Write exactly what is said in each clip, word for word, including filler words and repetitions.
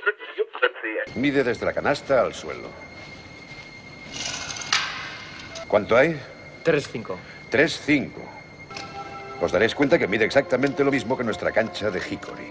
Mide desde la canasta al suelo. ¿Cuánto hay? tres cinco. tres cinco. Os daréis cuenta que mide exactamente lo mismo que nuestra cancha de Hickory.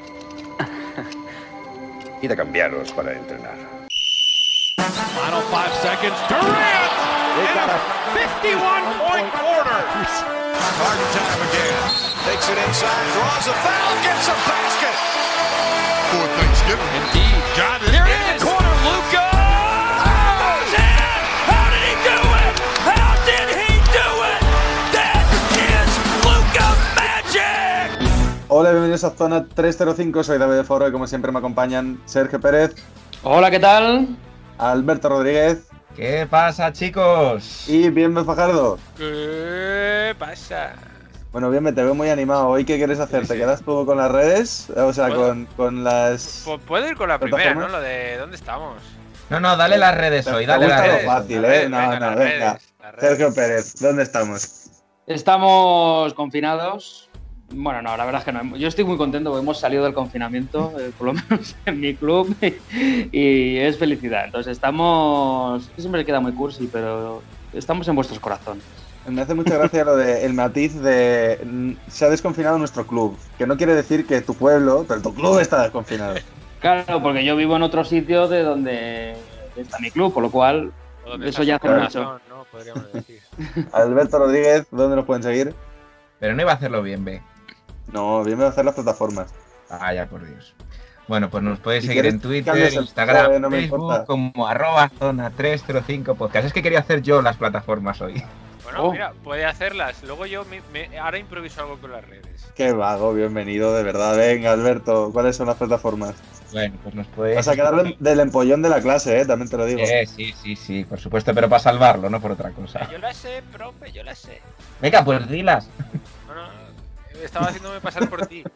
Id a cambiaros para entrenar. Final five seconds. Durant! In a fifty-one point quarter. Harden time again. Takes it inside, draws a foul, gets a basket. For Thanksgiving. Indeed. Got it. Here in the corner, Luka. Oh, man! How did he do it? How did he do it? That is Luka Magic! Hola, bienvenidos a Zona trescientos cinco, soy David de Foro y como siempre me acompañan Sergio Pérez. Hola, ¿qué tal? Alberto Rodríguez. ¿Qué pasa, chicos? Y Bienve Fajardo. ¿Qué pasa? Bueno, Bienve, te veo muy animado. ¿Hoy qué quieres hacer? Sí, ¿Te sí. quedas tú con las redes? O sea, con, con las... Pues puedo ir con la primera, ¿no? Lo de ¿dónde estamos? No, no, dale las redes hoy, dale Te las gusta redes. lo fácil, Las ¿eh? redes, No, venga, no, las venga. redes, las redes. Sergio Pérez, ¿dónde estamos? Estamos confinados. Bueno, no, la verdad es que no. Yo estoy muy contento porque hemos salido del confinamiento, eh, por lo menos en mi club, y es felicidad. Entonces estamos... Siempre queda muy cursi, pero estamos en vuestros corazones. Me hace mucha gracia lo de el matiz de mm, se ha desconfinado nuestro club, que no quiere decir que tu pueblo, pero tu club está desconfinado. Claro, porque yo vivo en otro sitio de donde está mi club, por lo cual O donde eso está ya su hace corazón, mucho. ¿no? Podríamos decir. Alberto Rodríguez, ¿dónde nos pueden seguir? Pero no iba a hacerlo bien, ve. No, bien me va a hacer las plataformas. Ah, ya, por Dios. Bueno, pues nos podéis Si seguir quieres, en Twitter, cambias el Instagram, nombre, no me Facebook, importa. como arroba zona trescientos cinco podcast. Es que quería hacer yo las plataformas hoy. Bueno, Oh. mira, puede hacerlas. Luego yo me, me- ahora improviso algo con las redes. Qué vago, bienvenido, de verdad. Venga, Alberto, ¿cuáles son las plataformas? Bueno, pues nos podéis... Vas a quedar del- del empollón de la clase, ¿eh? También te lo digo. Eh, sí, sí, sí, por supuesto, pero para salvarlo, no por otra cosa. Yo la sé, profe, yo la sé. Venga, pues dilas. No, no, estaba haciéndome pasar por ti.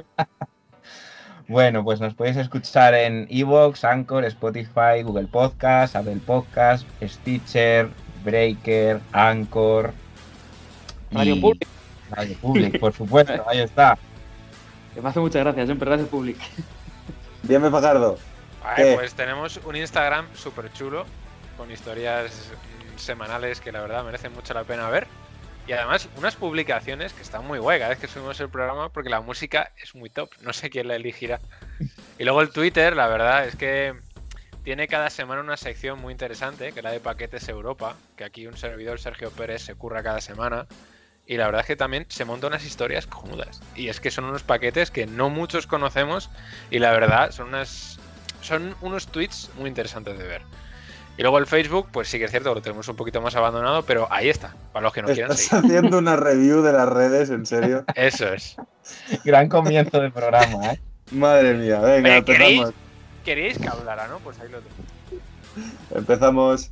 Bueno, pues nos podéis escuchar en iVoox, Anchor, Spotify, Google Podcast, Apple Podcast, Stitcher, Breaker, Anchor... Radio y- Public. Radio Public, por supuesto, ahí está. Que me hace muchas gracias, siempre Radio Public. Bienve Fajardo. Vale, ¿Qué? pues tenemos un Instagram súper chulo, con historias mm, semanales que la verdad merecen mucho la pena ver. Y además unas publicaciones que están muy guay cada vez que subimos el programa porque la música es muy top, no sé quién la elegirá. Y luego el Twitter, la verdad es que tiene cada semana una sección muy interesante, que es la de Paquetes Europa, que aquí un servidor, Sergio Pérez, se curra cada semana. Y la verdad es que también se montan unas historias cojonudas. Y es que son unos paquetes que no muchos conocemos y la verdad son unas son unos tweets muy interesantes de ver. Y luego el Facebook, pues sí que es cierto, lo tenemos un poquito más abandonado, pero ahí está, para los que nos quieran Estás seguir. haciendo una review de las redes, ¿en serio? Eso es. Gran comienzo del programa, ¿eh? Madre mía, venga, Oye, ¿queréis? empezamos. ¿Queréis que hablara, no? Pues ahí lo tengo. Empezamos.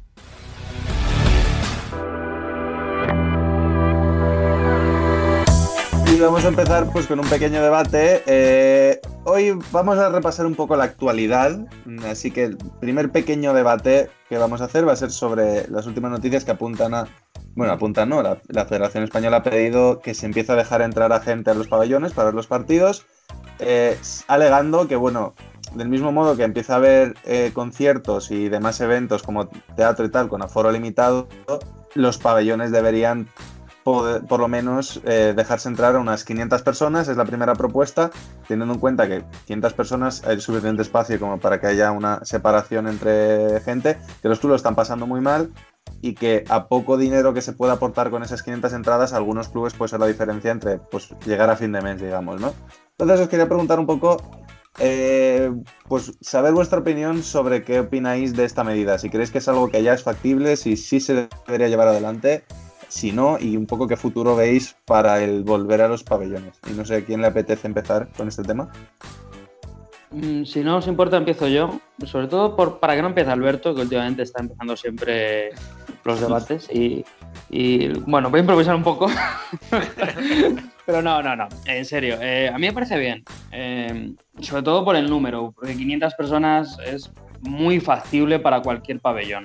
Y vamos a empezar pues con un pequeño debate. Eh, hoy vamos a repasar un poco la actualidad, así que el primer pequeño debate que vamos a hacer va a ser sobre las últimas noticias que apuntan a... Bueno, apuntan no, la, la Federación Española ha pedido que se empiece a dejar entrar a gente a los pabellones para ver los partidos, eh, alegando que, bueno, del mismo modo que empieza a haber eh, conciertos y demás eventos como teatro y tal con aforo limitado, los pabellones deberían poder, por lo menos eh, dejarse entrar a unas quinientas personas, es la primera propuesta, teniendo en cuenta que quinientas personas hay suficiente espacio como para que haya una separación entre gente, que los clubes lo están pasando muy mal y que a poco dinero que se pueda aportar con esas quinientas entradas, algunos clubes puede ser la diferencia entre pues, llegar a fin de mes, digamos, ¿no? Entonces os quería preguntar un poco, eh, pues saber vuestra opinión sobre qué opináis de esta medida, si creéis que es algo que ya es factible, si sí se debería llevar adelante, si no, y un poco qué futuro veis para el volver a los pabellones. Y no sé, ¿a quién le apetece empezar con este tema? Mm, Si no os importa, empiezo yo. Sobre todo por, para que no empiece Alberto, que últimamente está empezando siempre los debates. Y, y, bueno, voy a improvisar un poco. Pero no, no, no. En serio, eh, a mí me parece bien. Eh, sobre todo por el número, porque quinientas personas es muy factible para cualquier pabellón.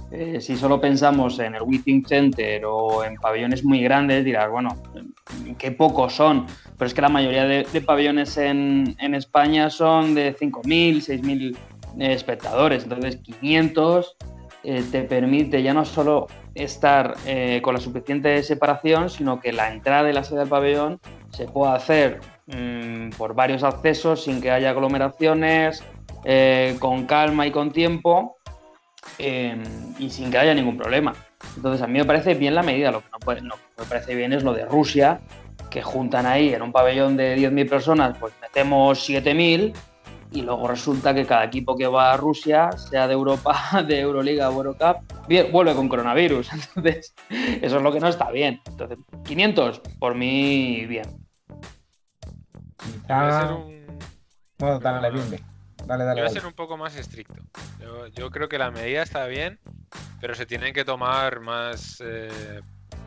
Eh, si solo pensamos en el Withings Center o en pabellones muy grandes, dirás, bueno, qué pocos son. Pero es que la mayoría de, de pabellones en, en España son de cinco mil, seis mil eh, espectadores. Entonces, quinientos eh, te permite ya no solo estar eh, con la suficiente separación, sino que la entrada y la salida del pabellón se puede hacer mmm, por varios accesos sin que haya aglomeraciones, eh, con calma y con tiempo. Eh, y sin que haya ningún problema. Entonces a mí me parece bien la medida. Lo que no, puede, no me parece bien es lo de Rusia, que juntan ahí en un pabellón de diez mil personas, pues metemos siete mil y luego resulta que cada equipo que va a Rusia, sea de Europa, de Euroliga o Eurocup, bien, vuelve con coronavirus. Entonces eso es lo que no está bien. Entonces quinientos, por mí, bien. Voy a ser un... No, dale, bien, bien. Dale, dale, Yo voy a dale. ser un poco más estricto. Yo, yo creo que la medida está bien, pero se tienen que tomar más eh,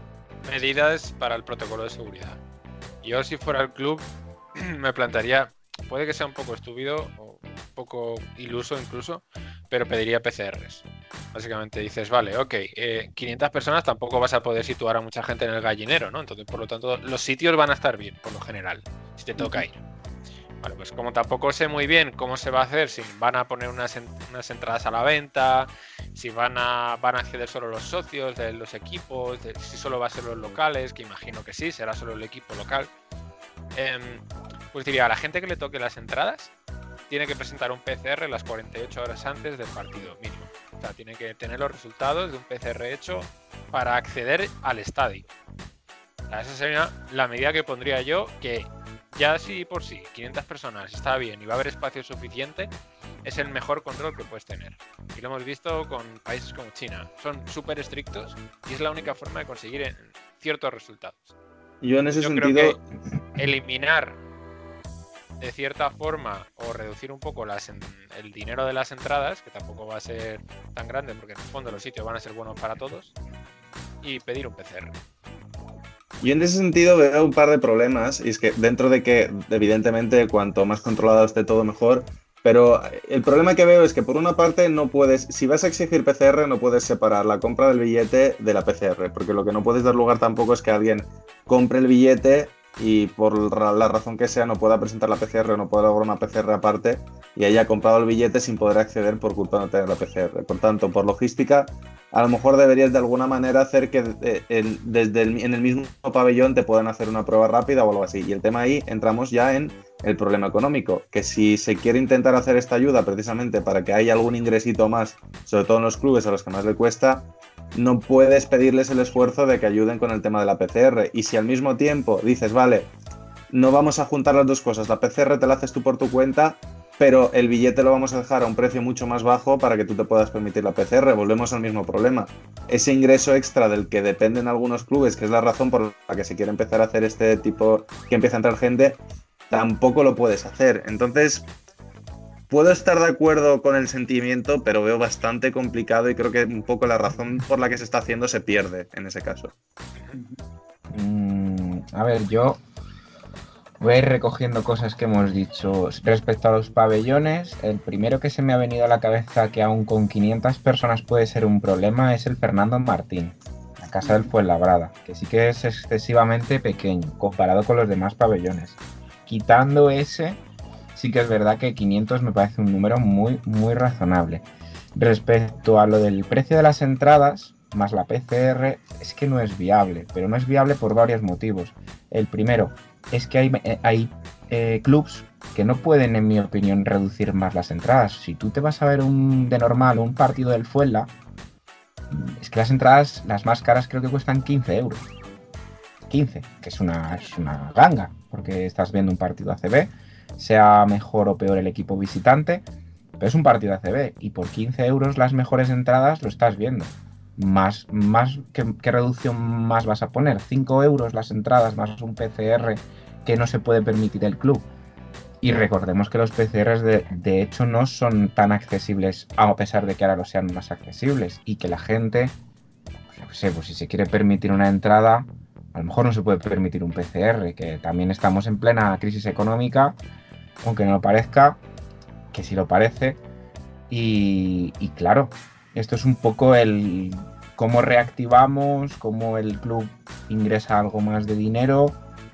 medidas para el protocolo de seguridad. Yo, si fuera el club, me plantearía, puede que sea un poco estúpido o un poco iluso incluso, pero pediría P C Rs. Básicamente dices, vale, ok, eh, quinientas personas tampoco vas a poder situar a mucha gente en el gallinero, ¿no? Entonces, por lo tanto, los sitios van a estar bien, por lo general, si te toca ir. Vale, pues como tampoco sé muy bien cómo se va a hacer, si van a poner unas, en, unas entradas a la venta, si van a, van a acceder solo los socios de los equipos, de, si solo va a ser los locales, que imagino que sí, será solo el equipo local. Eh, pues diría, a la gente que le toque las entradas, tiene que presentar un P C R las cuarenta y ocho horas antes del partido, mínimo. O sea, tiene que tener los resultados de un P C R hecho para acceder al estadio. O sea, esa sería la medida que pondría yo, que ya si por sí quinientas personas está bien y va a haber espacio suficiente, es el mejor control que puedes tener. Y lo hemos visto con países como China. Son súper estrictos y es la única forma de conseguir ciertos resultados. Yo en ese Yo sentido... creo que eliminar de cierta forma o reducir un poco las en, el dinero de las entradas, que tampoco va a ser tan grande porque en el fondo los sitios van a ser buenos para todos, y pedir un P C R. Yo en ese sentido veo un par de problemas, y es que dentro de que evidentemente cuanto más controlado esté todo mejor, pero el problema que veo es que por una parte no puedes, si vas a exigir P C R no puedes separar la compra del billete de la P C R, porque lo que no puedes dar lugar tampoco es que alguien compre el billete y por la razón que sea no pueda presentar la P C R o no pueda lograr una P C R aparte y haya comprado el billete sin poder acceder por culpa de no tener la P C R. Por tanto, por logística, a lo mejor deberías de alguna manera hacer que eh, el, desde el, en el mismo pabellón te puedan hacer una prueba rápida o algo así. Y el tema ahí entramos ya en el problema económico, que si se quiere intentar hacer esta ayuda precisamente para que haya algún ingresito más, sobre todo en los clubes a los que más le cuesta, no puedes pedirles el esfuerzo de que ayuden con el tema de la P C R. Y si al mismo tiempo dices, vale, no vamos a juntar las dos cosas, la P C R te la haces tú por tu cuenta, pero el billete lo vamos a dejar a un precio mucho más bajo para que tú te puedas permitir la P C R, volvemos al mismo problema. Ese ingreso extra del que dependen algunos clubes, que es la razón por la que se quiere empezar a hacer este tipo, que empieza a entrar gente, tampoco lo puedes hacer. Entonces, puedo estar de acuerdo con el sentimiento, pero veo bastante complicado y creo que un poco la razón por la que se está haciendo se pierde en ese caso. Mm, a ver, yo voy a ir recogiendo cosas que hemos dicho respecto a los pabellones. El primero que se me ha venido a la cabeza que aún con quinientas personas puede ser un problema es el Fernando Martín, la Casa del Fuenlabrada, que sí que es excesivamente pequeño comparado con los demás pabellones. Quitando ese, sí que es verdad que quinientos me parece un número muy, muy razonable. Respecto a lo del precio de las entradas, más la P C R, es que no es viable, pero no es viable por varios motivos. El primero es que hay, hay eh, clubs que no pueden, en mi opinión, reducir más las entradas. Si tú te vas a ver un de normal un partido del Fuenla, es que las entradas, las más caras, creo que cuestan quince euros. quince, que es una, es una ganga, porque estás viendo un partido A C B, sea mejor o peor el equipo visitante, pero es un partido A C B y por quince euros las mejores entradas lo estás viendo. Más, más ¿qué, qué reducción más vas a poner? cinco euros las entradas más un P C R que no se puede permitir el club. Y recordemos que los P C Rs de, de hecho no son tan accesibles, a pesar de que ahora lo sean más accesibles, y que la gente, pues, yo qué sé, pues si se quiere permitir una entrada, a lo mejor no se puede permitir un P C R, que también estamos en plena crisis económica, aunque no lo parezca, que sí lo parece, y, y claro, Esto es un poco el cómo reactivamos, cómo el club ingresa algo más de dinero.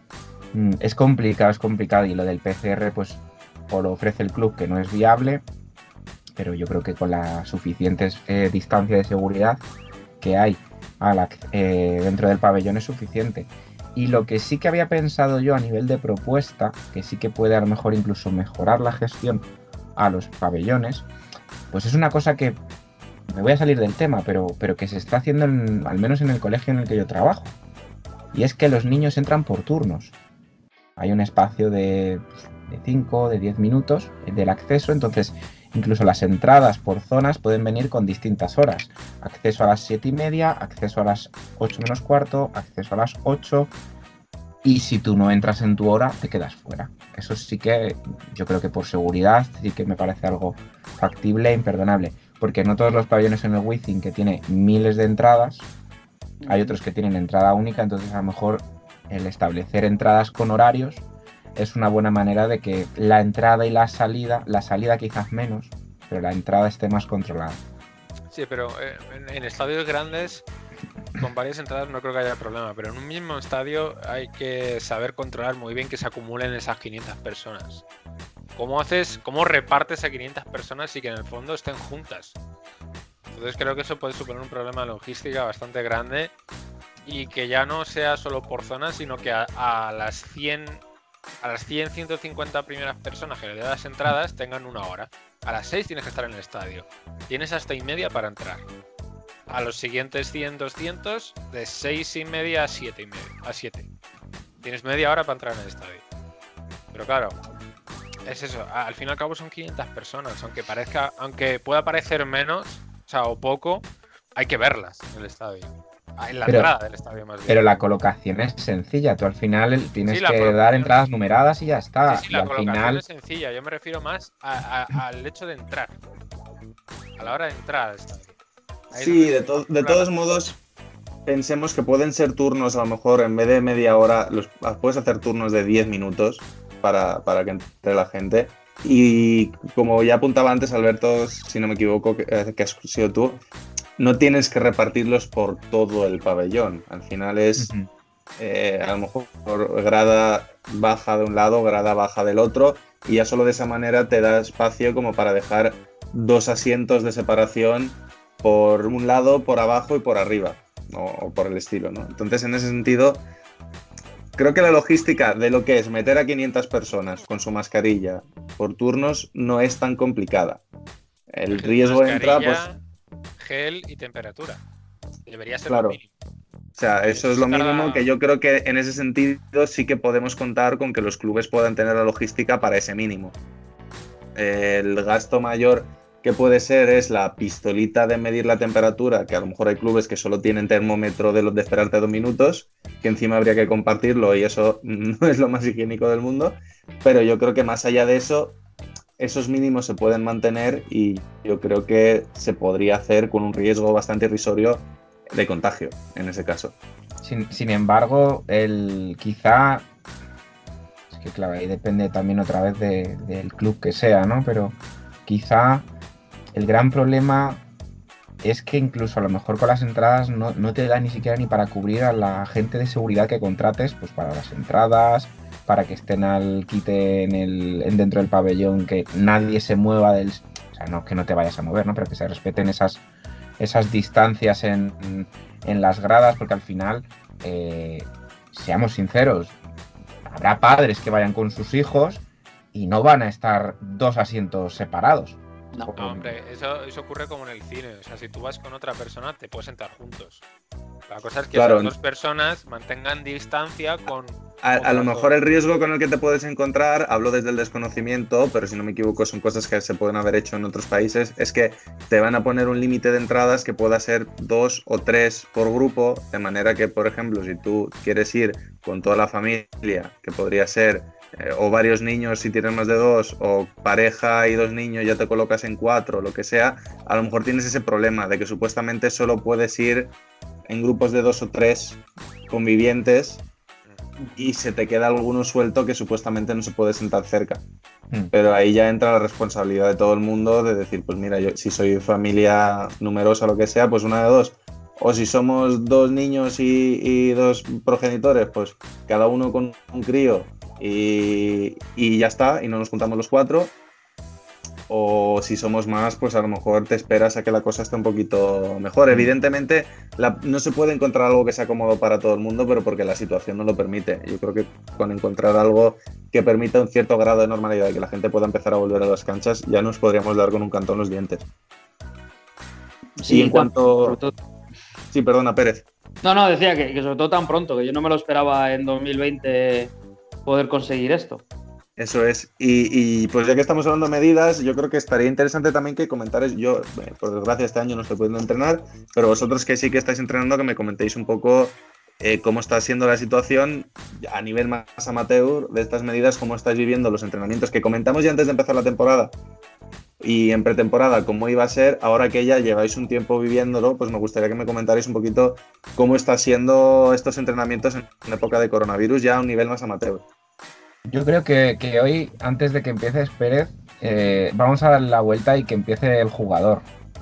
Es complicado, es complicado. Y lo del P C R, pues, o lo ofrece el club, que no es viable, pero yo creo que con las suficientes eh, distancias de seguridad que hay a la, eh, dentro del pabellón es suficiente. Y lo que sí que había pensado yo a nivel de propuesta, que sí que puede a lo mejor incluso mejorar la gestión a los pabellones, pues es una cosa que, me voy a salir del tema, pero, pero que se está haciendo en, al menos en el colegio en el que yo trabajo. Y es que los niños entran por turnos. Hay un espacio de cinco, de diez minutos del acceso, entonces incluso las entradas por zonas pueden venir con distintas horas. Acceso a las siete y media, acceso a las ocho menos cuarto, acceso a las ocho. Y si tú no entras en tu hora, te quedas fuera. Eso sí que yo creo que por seguridad sí que me parece algo factible e imperdonable. Porque no todos los pabellones en el Wizzing, que tiene miles de entradas, hay otros que tienen entrada única, entonces a lo mejor el establecer entradas con horarios es una buena manera de que la entrada y la salida, la salida quizás menos, pero la entrada esté más controlada. Sí, pero eh, en, en estadios grandes, con varias entradas no creo que haya problema, pero en un mismo estadio hay que saber controlar muy bien que se acumulen esas quinientas personas. ¿Cómo haces, cómo repartes a quinientas personas y que en el fondo estén juntas? Entonces creo que eso puede suponer un problema de logística bastante grande y que ya no sea solo por zonas, sino que a, a las cien, a las cien, ciento cincuenta primeras personas que le den las entradas tengan una hora. A las seis tienes que estar en el estadio. Tienes hasta y media para entrar. A los siguientes cien, doscientos, de seis y media a siete y media, a siete. Tienes media hora para entrar en el estadio. Pero claro, es eso. Al fin y al cabo son quinientas personas. Aunque parezca, aunque pueda parecer menos, o sea, o poco, hay que verlas en el estadio. En la pero, entrada del estadio más bien. Pero la colocación es sencilla. Tú al final tienes sí, que dar entradas numeradas y ya está. Sí, sí, y la al colocación final... es sencilla. Yo me refiero más a, a, al hecho de entrar. A la hora de entrar al estadio. Ahí sí, de, to de todos modos, pensemos que pueden ser turnos, a lo mejor en vez de media hora, los, puedes hacer turnos de diez minutos para, para que entre la gente. Y como ya apuntaba antes Alberto, si no me equivoco, que, que has sido tú, no tienes que repartirlos por todo el pabellón. Al final es, uh-huh. eh, a lo mejor grada baja de un lado, grada baja del otro, y ya solo de esa manera te da espacio como para dejar dos asientos de separación por un lado, por abajo y por arriba, o, o por el estilo, ¿no? Entonces, en ese sentido, creo que la logística de lo que es meter a quinientas personas con su mascarilla por turnos no es tan complicada. El riesgo de entrar, pues... gel y temperatura. Debería ser claro. Lo mínimo. O sea, eso es lo mínimo, que yo creo que en ese sentido sí que podemos contar con que los clubes puedan tener la logística para ese mínimo. El gasto mayor que puede ser es la pistolita de medir la temperatura, que a lo mejor hay clubes que solo tienen termómetro de los de esperarte dos minutos, que encima habría que compartirlo y eso no es lo más higiénico del mundo, pero yo creo que más allá de eso, esos mínimos se pueden mantener y yo creo que se podría hacer con un riesgo bastante irrisorio de contagio, en ese caso. Sin, sin embargo, el quizá... Es que claro, ahí depende también otra vez de, del club que sea, ¿no? Pero quizá el gran problema es que incluso a lo mejor con las entradas no, no te da ni siquiera ni para cubrir a la gente de seguridad que contrates, pues para las entradas, para que estén al quite en el, en dentro del pabellón, que nadie se mueva del... O sea, no que no te vayas a mover, ¿no? Pero que se respeten esas, esas distancias en, en las gradas, porque al final, eh, seamos sinceros, habrá padres que vayan con sus hijos y no van a estar dos asientos separados. No, no hombre, eso, eso ocurre como en el cine. O sea, si tú vas con otra persona, te puedes sentar juntos. La cosa es que claro. Las dos personas mantengan distancia con... A, a lo mejor el riesgo con el que te puedes encontrar, hablo desde el desconocimiento, pero si no me equivoco son cosas que se pueden haber hecho en otros países, es que te van a poner un límite de entradas que pueda ser dos o tres por grupo, de manera que, por ejemplo, si tú quieres ir con toda la familia, que podría ser eh, o varios niños si tienes más de dos, o pareja y dos niños, ya te colocas en cuatro, lo que sea, a lo mejor tienes ese problema de que supuestamente solo puedes ir en grupos de dos o tres convivientes y se te queda alguno suelto que supuestamente no se puede sentar cerca. Mm. Pero ahí ya entra la responsabilidad de todo el mundo de decir, pues mira, yo si soy familia numerosa o lo que sea, pues una de dos. O si somos dos niños y, y dos progenitores, pues cada uno con un crío y, y ya está, y no nos juntamos los cuatro. O si somos más, pues a lo mejor te esperas a que la cosa esté un poquito mejor. Evidentemente, la, no se puede encontrar algo que sea cómodo para todo el mundo, pero porque la situación no lo permite. Yo creo que con encontrar algo que permita un cierto grado de normalidad y que la gente pueda empezar a volver a las canchas, ya nos podríamos dar con un cantón los dientes. Sí, y en cuanto... sobre todo- Sí, perdona, Pérez. No, no, decía que, que sobre todo tan pronto, que yo no me lo esperaba en dos mil veinte poder conseguir esto. Eso es. Y, y pues ya que estamos hablando de medidas, yo creo que estaría interesante también que comentarais, yo, eh, por desgracia este año no estoy pudiendo entrenar, pero vosotros que sí que estáis entrenando, que me comentéis un poco eh, cómo está siendo la situación a nivel más amateur de estas medidas, cómo estáis viviendo los entrenamientos que comentamos ya antes de empezar la temporada y en pretemporada cómo iba a ser. Ahora que ya lleváis un tiempo viviéndolo, pues me gustaría que me comentarais un poquito cómo está siendo estos entrenamientos en época de coronavirus ya a un nivel más amateur. Yo creo que, que hoy, antes de que empieces, Pérez, eh, vamos a dar la vuelta y que empiece el jugador.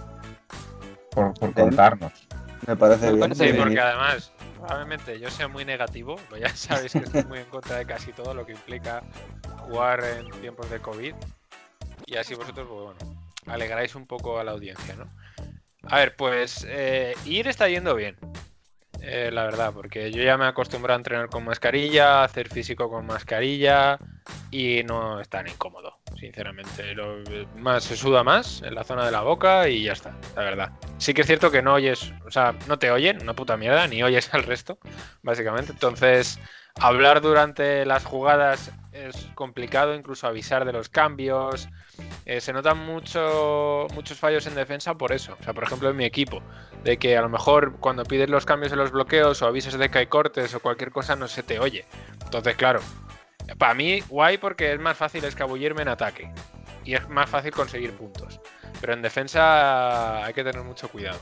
Por, por Bien. contarnos. Me parece bien. Sí, porque además, probablemente yo sea muy negativo, pues ya sabéis que estoy muy en contra de casi todo lo que implica jugar en tiempos de COVID. Y así vosotros, pues bueno, alegráis un poco a la audiencia, ¿no? A ver, pues eh, ir está yendo bien. Eh, la verdad, porque yo ya me he acostumbrado a entrenar con mascarilla, a hacer físico con mascarilla y no es tan incómodo, sinceramente. Lo, más se suda más en la zona de la boca y ya está, la verdad. Sí que es cierto que no oyes, o sea, no te oyen, una puta mierda, ni oyes al resto, básicamente. Entonces, hablar durante las jugadas es complicado, incluso avisar de los cambios. Eh, se notan mucho, muchos fallos en defensa por eso. O sea, por ejemplo, en mi equipo, de que a lo mejor cuando pides los cambios en los bloqueos o avisas de que hay cortes o cualquier cosa no se te oye. Entonces, claro, para mí guay porque es más fácil escabullirme en ataque y es más fácil conseguir puntos. Pero en defensa hay que tener mucho cuidado.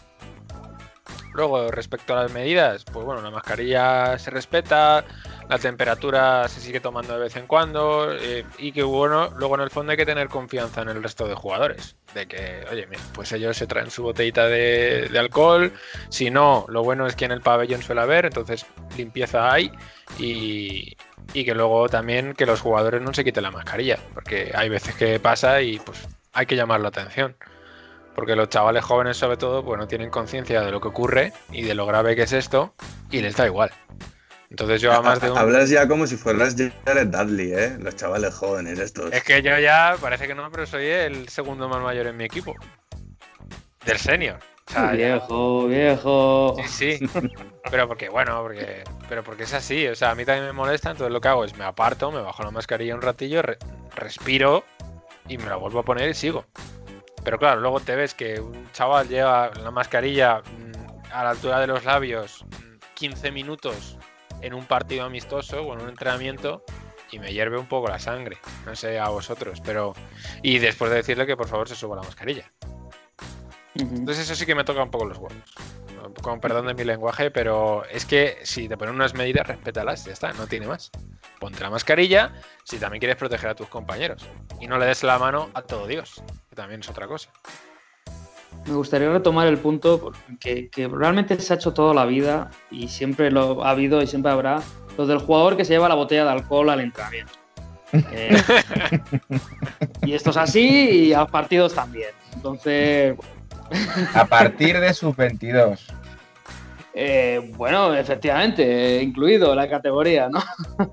Luego, respecto a las medidas, pues bueno, la mascarilla se respeta, la temperatura se sigue tomando de vez en cuando eh, y que bueno, luego en el fondo hay que tener confianza en el resto de jugadores. De que, oye, mira, pues ellos se traen su botellita de, de alcohol, si no, lo bueno es que en el pabellón suele haber, entonces limpieza hay y, y que luego también que los jugadores no se quiten la mascarilla, porque hay veces que pasa y pues hay que llamar la atención. Porque los chavales jóvenes, sobre todo, pues no tienen conciencia de lo que ocurre y de lo grave que es esto, y les da igual. Entonces yo a más de un... Hablas ya como si fueras Jared Dudley, ¿eh? Los chavales jóvenes estos. Es que yo ya, parece que no, pero soy el segundo más mayor en mi equipo. Del senior. O sea, viejo, viejo. Sí, sí. Pero porque, bueno, porque, pero porque es así. O sea, a mí también me molesta, entonces lo que hago es me aparto, me bajo la mascarilla un ratillo, re- respiro y me la vuelvo a poner y sigo. Pero claro, luego te ves que un chaval lleva la mascarilla mmm, a la altura de los labios mmm, quince minutos en un partido amistoso o en un entrenamiento y me hierve un poco la sangre. No sé a vosotros, pero... Y después de decirle que por favor se suba la mascarilla. Ujú. Entonces eso sí que me toca un poco los huevos. Con perdón de mi lenguaje, pero es que si te ponen unas medidas, respétalas, ya está, no tiene más. Ponte la mascarilla si también quieres proteger a tus compañeros. Y no le des la mano a todo Dios, que también es otra cosa. Me gustaría retomar el punto que, que realmente se ha hecho toda la vida y siempre lo ha habido y siempre habrá, lo del jugador que se lleva la botella de alcohol al entrenamiento. Eh, y esto es así y a los partidos también. Entonces... A partir de sub veintidós. Eh, bueno, efectivamente, eh, incluido la categoría, ¿no?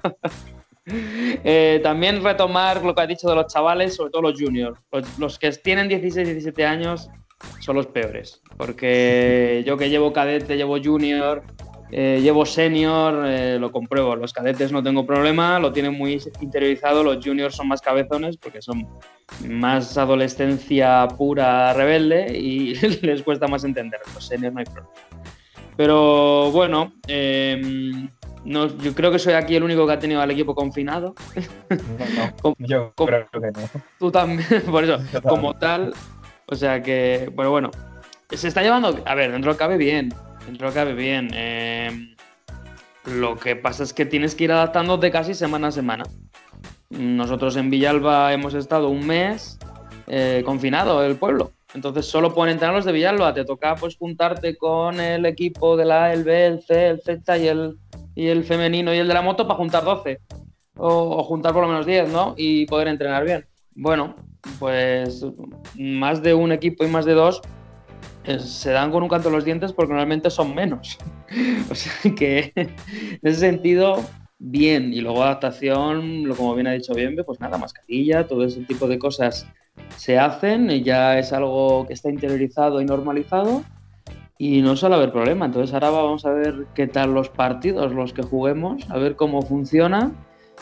eh, también retomar lo que has dicho de los chavales, sobre todo los juniors. Los, los que tienen dieciséis, diecisiete años son los peores. Porque yo que llevo cadete, llevo junior, eh, llevo senior, eh, lo compruebo. Los cadetes no tengo problema, lo tienen muy interiorizado. Los juniors son más cabezones porque son más adolescencia pura rebelde y les cuesta más entender. Los seniors no hay problema. Pero bueno, eh, no, yo creo que soy aquí el único que ha tenido al equipo confinado. No, no, yo como, creo que no. Tú también, por eso, como tal. O sea que, pero bueno, se está llevando, a ver, dentro cabe bien, dentro cabe bien. Eh, Lo que pasa es que tienes que ir adaptándote casi semana a semana. Nosotros en Villalba hemos estado un mes eh, confinado el pueblo. Entonces solo pueden entrenar los de Villalba. Te toca pues juntarte con el equipo de la A, el B, el C, el Z y el, y el femenino y el de la moto para juntar doce. O, o juntar por lo menos diez, ¿no? Y poder entrenar bien. Bueno, pues más de un equipo y más de dos eh, se dan con un canto en los dientes porque normalmente son menos. O sea que en ese sentido, bien. Y luego adaptación, lo como bien ha dicho Bienve, pues nada, mascarilla, todo ese tipo de cosas se hacen y ya es algo que está interiorizado y normalizado y no suele haber problema. Entonces ahora vamos a ver qué tal los partidos, los que juguemos, a ver cómo funciona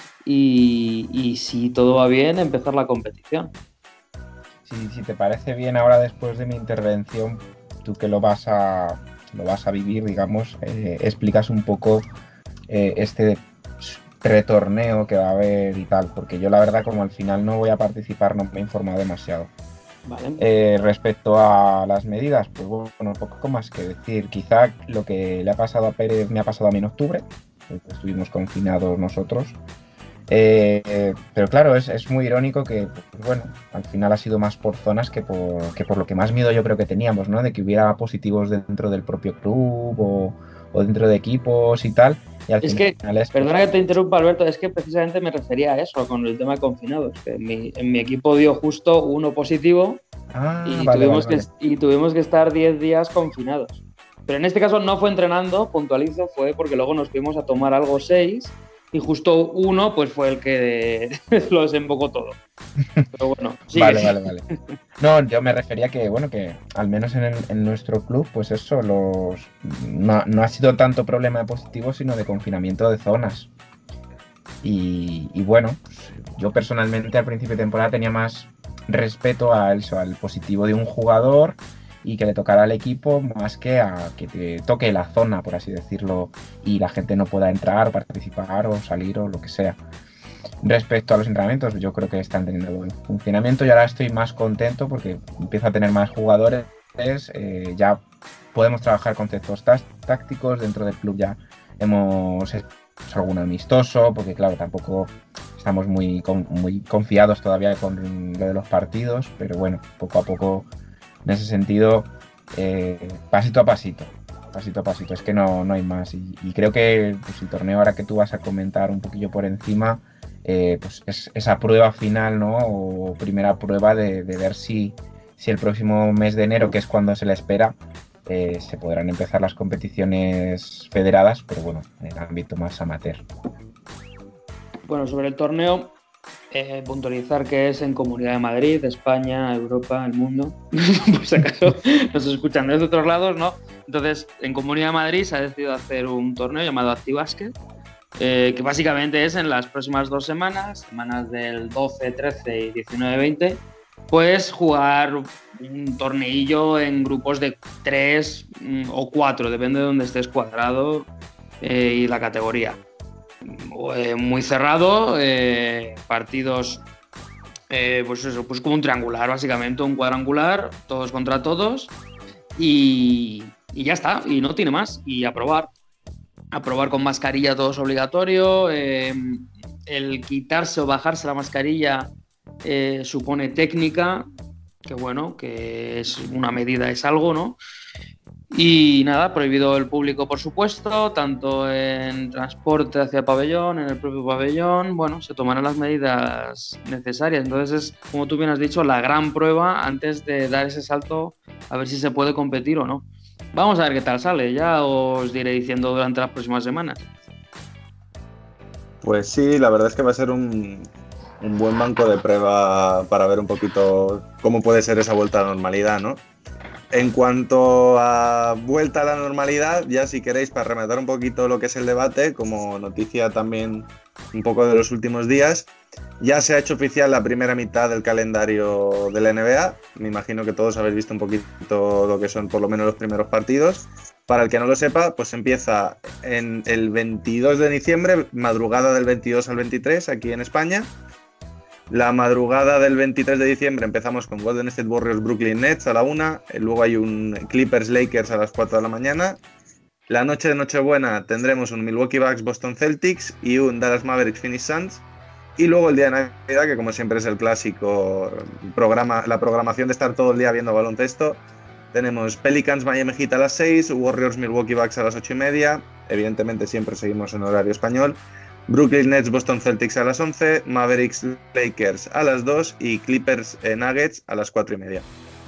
y, y si todo va bien, empezar la competición. Si, si te parece bien ahora después de mi intervención, tú que lo vas a, lo vas a vivir, digamos, eh, explicas un poco eh, este retorneo que va a haber y tal, porque yo la verdad como al final no voy a participar, no me he informado demasiado. Vale. Eh, respecto a las medidas, pues bueno, poco más que decir. Quizá lo que le ha pasado a Pérez me ha pasado a mí en octubre, porque estuvimos confinados nosotros. Eh, pero claro, es, es muy irónico que, pues bueno, al final ha sido más por zonas que por, que por lo que más miedo yo creo que teníamos, ¿no? De que hubiera positivos dentro del propio club o, o dentro de equipos y tal. Y al Es final que, es, perdona que te interrumpa, Alberto, es que precisamente me refería a eso, con el tema de confinados. Que en, mi, en mi equipo dio justo uno positivo ah, y, vale, tuvimos vale, que, vale. y tuvimos que estar diez días confinados. Pero en este caso no fue entrenando, puntualizo, fue porque luego nos fuimos a tomar algo seis y justo uno pues fue el que lo desembocó todo. Pero bueno, sigue. Vale, vale, vale. No, yo me refería que, bueno, que al menos en, el, en nuestro club, pues eso, los no, no ha sido tanto problema de positivos, sino de confinamiento de zonas. Y, y bueno, pues, yo personalmente al principio de temporada tenía más respeto a eso, al positivo de un jugador y que le tocara al equipo más que a que te toque la zona, por así decirlo, y la gente no pueda entrar, participar o salir o lo que sea. Respecto a los entrenamientos, yo creo que están teniendo buen funcionamiento y ahora estoy más contento porque empiezo a tener más jugadores, eh, ya podemos trabajar conceptos tá- tácticos, dentro del club ya hemos hecho algún amistoso, porque claro, tampoco estamos muy, con, muy confiados todavía con lo de los partidos, pero bueno, poco a poco, en ese sentido, eh, pasito a pasito, pasito a pasito, es que no, no hay más. Y, y creo que pues, el torneo ahora que tú vas a comentar un poquillo por encima, eh, pues es esa prueba final, ¿no? O primera prueba de, de ver si, si el próximo mes de enero, que es cuando se le espera, eh, se podrán empezar las competiciones federadas, pero bueno, en el ámbito más amateur. Bueno, sobre el torneo, eh, puntualizar que es en Comunidad de Madrid, España, Europa, el mundo, por si acaso nos escuchan desde otros lados, ¿no? Entonces, en Comunidad de Madrid se ha decidido hacer un torneo llamado ActiBasket, eh, que básicamente es en las próximas dos semanas, semanas del doce, trece y diecinueve, veinte, pues jugar un torneillo en grupos de tres o cuatro, depende de dónde estés cuadrado eh, y la categoría. Eh, muy cerrado, eh, partidos eh, pues eso, pues como un triangular básicamente, un cuadrangular, todos contra todos y, y ya está, y no tiene más, y a probar a probar con mascarilla, todo es obligatorio, eh, el quitarse o bajarse la mascarilla eh, supone técnica, que bueno, que es una medida, es algo, ¿no? Y nada, prohibido el público, por supuesto, tanto en transporte hacia el pabellón, en el propio pabellón. Bueno, se tomarán las medidas necesarias. Entonces es, como tú bien has dicho, la gran prueba antes de dar ese salto a ver si se puede competir o no. Vamos a ver qué tal sale, ya os diré diciendo durante las próximas semanas. Pues sí, la verdad es que va a ser un, un buen banco de prueba para ver un poquito cómo puede ser esa vuelta a la normalidad, ¿no? En cuanto a vuelta a la normalidad, ya si queréis, para rematar un poquito lo que es el debate, como noticia también un poco de los últimos días, ya se ha hecho oficial la primera mitad del calendario de la N B A. Me imagino que todos habéis visto un poquito lo que son por lo menos los primeros partidos. Para el que no lo sepa, pues empieza en el veintidós de diciembre, madrugada del veintidós al veintitrés aquí en España. La madrugada del veintitrés de diciembre empezamos con Golden State Warriors Brooklyn Nets a la una, luego hay un Clippers Lakers a las cuatro de la mañana La noche de Nochebuena tendremos un Milwaukee Bucks Boston Celtics y un Dallas Mavericks Phoenix Suns. Y luego el día de Navidad, que como siempre es el clásico programa, la programación de estar todo el día viendo baloncesto, tenemos Pelicans Miami Heat a las seis, Warriors Milwaukee Bucks a las ocho y media, evidentemente siempre seguimos en horario español, Brooklyn Nets Boston Celtics a las once, Mavericks Lakers a las dos y Clippers eh, Nuggets a las cuatro y media.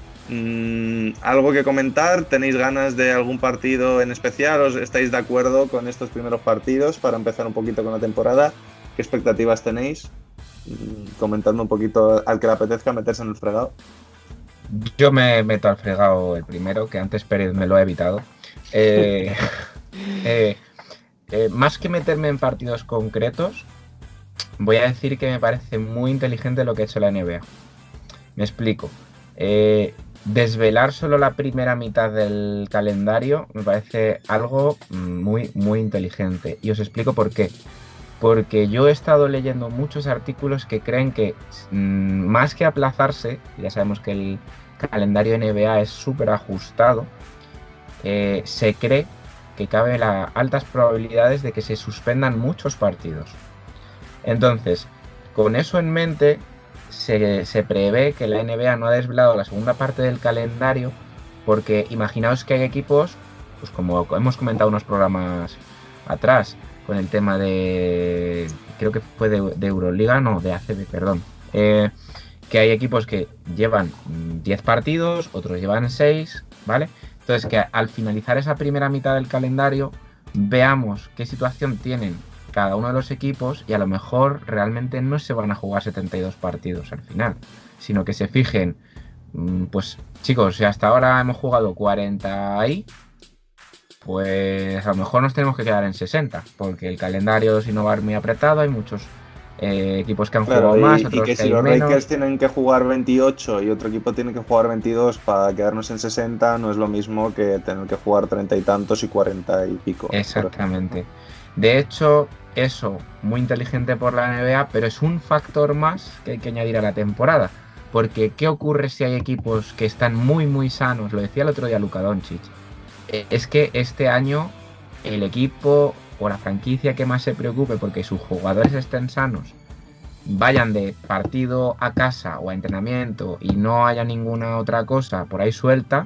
Mm, ¿Algo que comentar? ¿Tenéis ganas de algún partido en especial? ¿Os estáis de acuerdo con estos primeros partidos para empezar un poquito con la temporada? ¿Qué expectativas tenéis? Comentadme un poquito al que le apetezca meterse en el fregado. Yo me meto al fregado el primero, que antes Pérez me lo ha evitado. Eh, eh, eh, más que meterme en partidos concretos, voy a decir que me parece muy inteligente lo que ha hecho la N B A. Me explico. Eh, desvelar solo la primera mitad del calendario me parece algo muy, muy inteligente. Y os explico por qué. Porque yo he estado leyendo muchos artículos que creen que mmm, más que aplazarse, ya sabemos que el calendario N B A es súper ajustado, eh, se cree que cabe la, altas probabilidades de que se suspendan muchos partidos. Entonces, con eso en mente, se, se prevé que la N B A no ha desvelado la segunda parte del calendario, porque imaginaos que hay equipos, pues como hemos comentado unos programas atrás, con el tema de, creo que fue de, de Euroliga, no, de A C B, perdón, eh, que hay equipos que llevan diez partidos, otros llevan seis, ¿vale? Entonces que al finalizar esa primera mitad del calendario veamos qué situación tienen cada uno de los equipos y a lo mejor realmente no se van a jugar setenta y dos partidos al final, sino que se fijen, pues chicos, si hasta ahora hemos jugado cuarenta ahí, pues a lo mejor nos tenemos que quedar en sesenta, porque el calendario, si no va muy apretado, hay muchos eh, equipos que han claro, jugado y, más, y otros que, que si hay los menos. Lakers tienen que jugar veintiocho y otro equipo tiene que jugar veintidós para quedarnos en sesenta, no es lo mismo que tener que jugar treinta y tantos y cuarenta y pico. Exactamente. De hecho, eso, muy inteligente por la N B A, pero es un factor más que hay que añadir a la temporada. Porque, ¿qué ocurre si hay equipos que están muy, muy sanos? Lo decía el otro día Luka Doncic. Es que este año el equipo o la franquicia que más se preocupe porque sus jugadores estén sanos, vayan de partido a casa o a entrenamiento y no haya ninguna otra cosa por ahí suelta,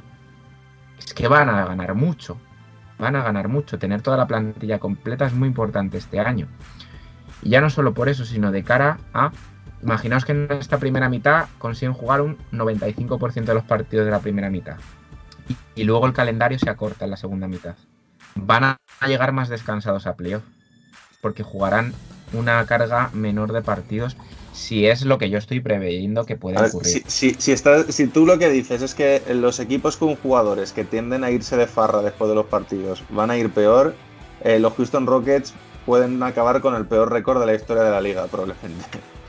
es que van a ganar mucho. Van a ganar mucho. Tener toda la plantilla completa es muy importante este año. Y ya no solo por eso, sino de cara a... Imaginaos que en esta primera mitad consiguen jugar un noventa y cinco por ciento de los partidos de la primera mitad. Y, y luego el calendario se acorta en la segunda mitad. Van a llegar más descansados a playoff, porque jugarán una carga menor de partidos, si es lo que yo estoy preveyendo que puede ver, ocurrir. Si, si, si, está, si tú lo que dices es que los equipos con jugadores que tienden a irse de farra después de los partidos van a ir peor, eh, los Houston Rockets pueden acabar con el peor récord de la historia de la liga, probablemente.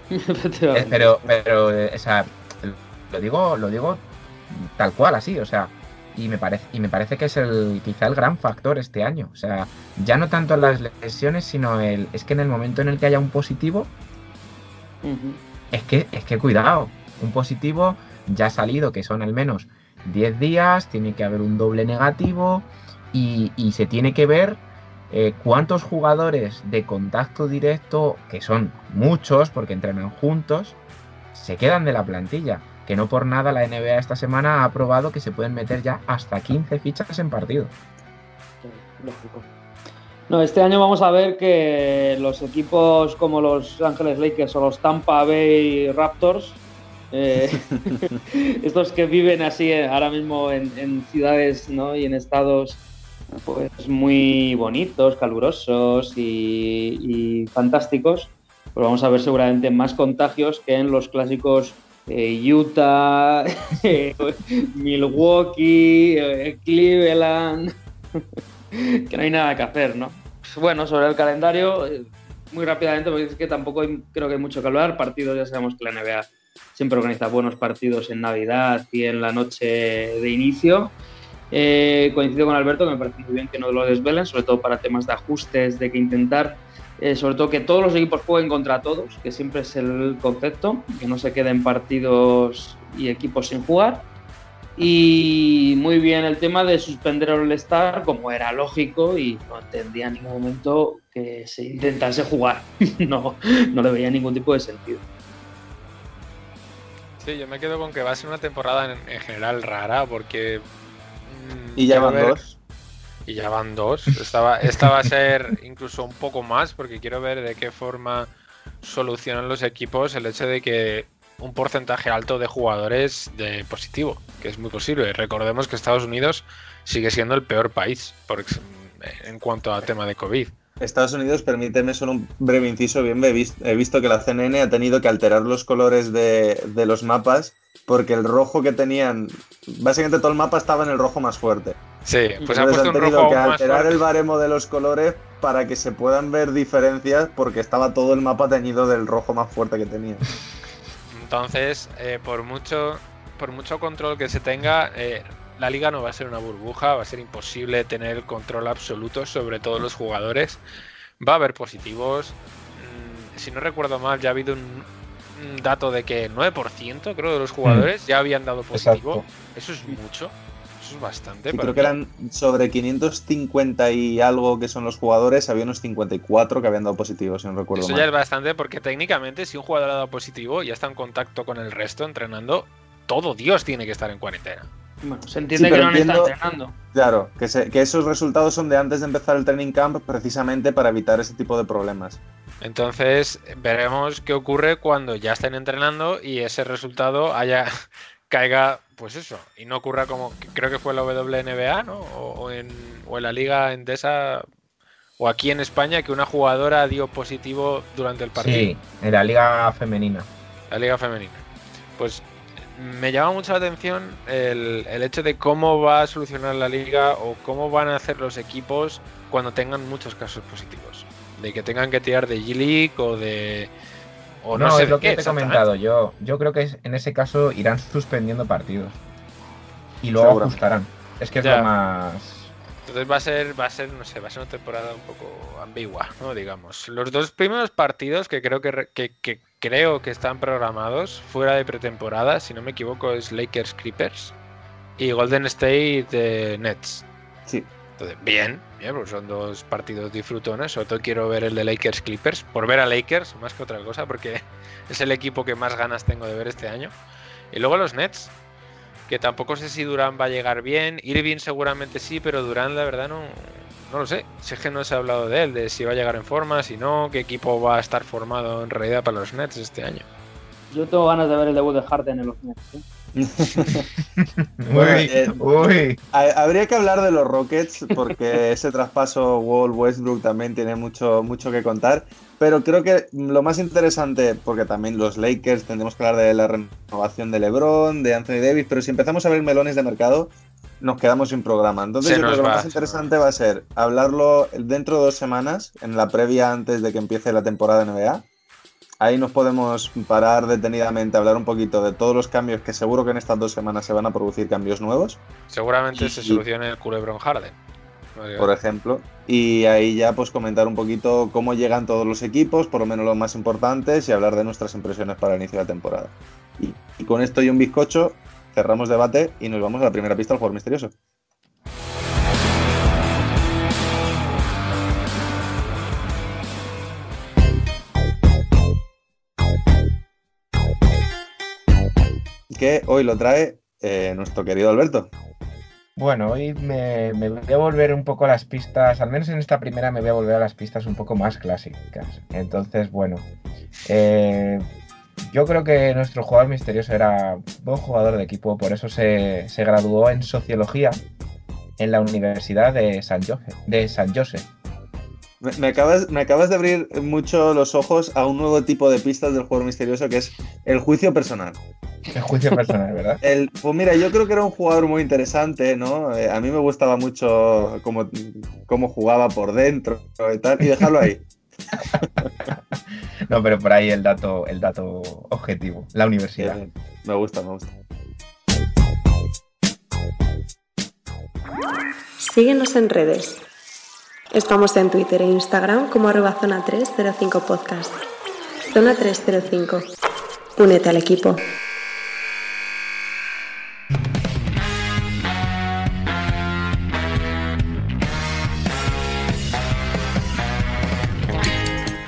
Eh, pero, pero, eh, o sea, lo digo, lo digo tal cual, así, o sea, y me parece, y me parece que es el, quizá el gran factor este año. O sea, ya no tanto las lesiones, sino el, es que en el momento en el que haya un positivo, uh-huh. es que, es que cuidado, un positivo ya ha salido, que son al menos diez días, tiene que haber un doble negativo y, y se tiene que ver eh, cuántos jugadores de contacto directo, que son muchos porque entrenan juntos, se quedan de la plantilla. Que no por nada la N B A esta semana ha aprobado que se pueden meter ya hasta quince fichas en partido. Lógico. No, este año vamos a ver que los equipos como los Ángeles Lakers o los Tampa Bay Raptors, eh, estos que viven así ahora mismo en, en ciudades, ¿no? Y en estados pues muy bonitos, calurosos y, y fantásticos, pues vamos a ver seguramente más contagios que en los clásicos Eh, Utah, eh, Milwaukee, eh, Cleveland, que no hay nada que hacer, ¿no? Bueno, sobre el calendario, eh, muy rápidamente, porque es que tampoco hay, creo que hay mucho que hablar. Partidos, ya sabemos que la N B A siempre organiza buenos partidos en Navidad y en la noche de inicio. Eh, coincido con Alberto, que me parece muy bien que no lo desvelen, sobre todo para temas de ajustes, de que intentar Eh, sobre todo que todos los equipos jueguen contra todos, que siempre es el concepto, que no se queden partidos y equipos sin jugar. Y muy bien el tema de suspender el All-Star, como era lógico, y no entendía en ningún momento que se intentase jugar. no, no le veía ningún tipo de sentido. Sí, yo me quedo con que va a ser una temporada en, en general rara, porque... Mmm, y ya van ver... dos. Y ya van dos. Esta va, esta va a ser incluso un poco más, porque quiero ver de qué forma solucionan los equipos el hecho de que un porcentaje alto de jugadores de positivo, que es muy posible. Recordemos que Estados Unidos sigue siendo el peor país por, en cuanto a tema de COVID. Estados Unidos, permíteme solo un breve inciso, bien, he visto, he visto que la C N N ha tenido que alterar los colores de, de los mapas porque el rojo que tenían, básicamente todo el mapa estaba en el rojo más fuerte. Sí, pues han puesto un tenido rojo que más alterar fuerte. el baremo de los colores para que se puedan ver diferencias porque estaba todo el mapa teñido del rojo más fuerte que tenía. Entonces, eh, por mucho por mucho control que se tenga, eh, la liga no va a ser una burbuja, va a ser imposible tener el control absoluto sobre todos los jugadores. Va a haber positivos. Mm, si no recuerdo mal, ya ha habido un, un dato de que nueve por ciento, creo, de los jugadores mm. ya habían dado positivo. Exacto. Eso es mucho. Eso es bastante. Sí, para creo mí. que eran sobre quinientos cincuenta y algo que son los jugadores, había unos cincuenta y cuatro que habían dado positivo, si no recuerdo Eso mal. ya es bastante, porque técnicamente si un jugador ha dado positivo y ya está en contacto con el resto entrenando, todo Dios tiene que estar en cuarentena. Bueno, se entiende sí, que no entiendo, está entrenando. Claro, que, se, que esos resultados son de antes de empezar el training camp precisamente para evitar ese tipo de problemas. Entonces veremos qué ocurre cuando ya estén entrenando y ese resultado haya caiga, pues eso, y no ocurra como creo que fue la W N B A, ¿no? O, o, en, o en la Liga Endesa o aquí en España, que una jugadora dio positivo durante el partido. Sí, en la Liga Femenina. La Liga Femenina. Pues me llama mucho la atención el, el hecho de cómo va a solucionar la liga o cómo van a hacer los equipos cuando tengan muchos casos positivos. De que tengan que tirar de G-League o de... O no, no, sé es lo qué, que te he comentado yo. Yo creo que en ese caso irán suspendiendo partidos. Y luego Seguro. ajustarán. Es que es Ya. lo más... Entonces va a ser, va a ser, no sé, va a ser una temporada un poco ambigua, ¿no? Digamos. Los dos primeros partidos que creo que, re- que, que creo que están programados fuera de pretemporada, si no me equivoco, es Lakers Clippers y Golden State eh, Nets. Sí. Entonces, bien, bien, pues son dos partidos disfrutones. Sobre todo quiero ver el de Lakers Clippers, por ver a Lakers más que otra cosa, porque es el equipo que más ganas tengo de ver este año. Y luego los Nets, que tampoco sé si Durant va a llegar bien. Irving seguramente sí, pero Durant la verdad no, no lo sé. Si es que no se ha hablado de él, de si va a llegar en forma, si no, qué equipo va a estar formado en realidad para los Nets este año. Yo tengo ganas de ver el debut de Harden en los Nets, ¿eh? Bueno, uy, eh, uy. Ha- Habría que hablar de los Rockets porque ese traspaso Wall-Westbrook también tiene mucho, mucho que contar. Pero creo que lo más interesante, porque también los Lakers, tendremos que hablar de la renovación de LeBron, de Anthony Davis, pero si empezamos a ver melones de mercado, nos quedamos sin programa. Entonces Se yo creo nos que lo va, más se interesante va a ser hablarlo dentro de dos semanas, en la previa antes de que empiece la temporada N B A. Ahí nos podemos parar detenidamente a hablar un poquito de todos los cambios, que seguro que en estas dos semanas se van a producir cambios nuevos. Seguramente Y- se solucione el culebrón Harden. por ejemplo, y ahí ya pues comentar un poquito cómo llegan todos los equipos, por lo menos los más importantes, y hablar de nuestras impresiones para el inicio de la temporada. Y, y con esto y un bizcocho, cerramos debate y nos vamos a la primera pista del jugador misterioso. Que hoy lo trae eh, nuestro querido Alberto. Bueno, hoy me, me voy a volver un poco a las pistas, al menos en esta primera me voy a volver a las pistas un poco más clásicas. Entonces, bueno, eh, yo creo que nuestro jugador misterioso era buen jugador de equipo, por eso se, se graduó en Sociología en la Universidad de San Jose, de San Jose. Me, me acabas, me acabas de abrir mucho los ojos a un nuevo tipo de pistas del jugador misterioso, que es el juicio personal. El juicio personal, ¿verdad? El, pues mira, yo creo que era un jugador muy interesante, ¿no? Eh, a mí me gustaba mucho cómo, cómo jugaba por dentro y tal, y dejarlo ahí. No, pero por ahí el dato, el dato objetivo, la universidad. Bien, me gusta, me gusta. Síguenos en redes. Estamos en Twitter e Instagram como arroba zona tres cero cinco podcast. Zona tres cero cinco. Únete al equipo.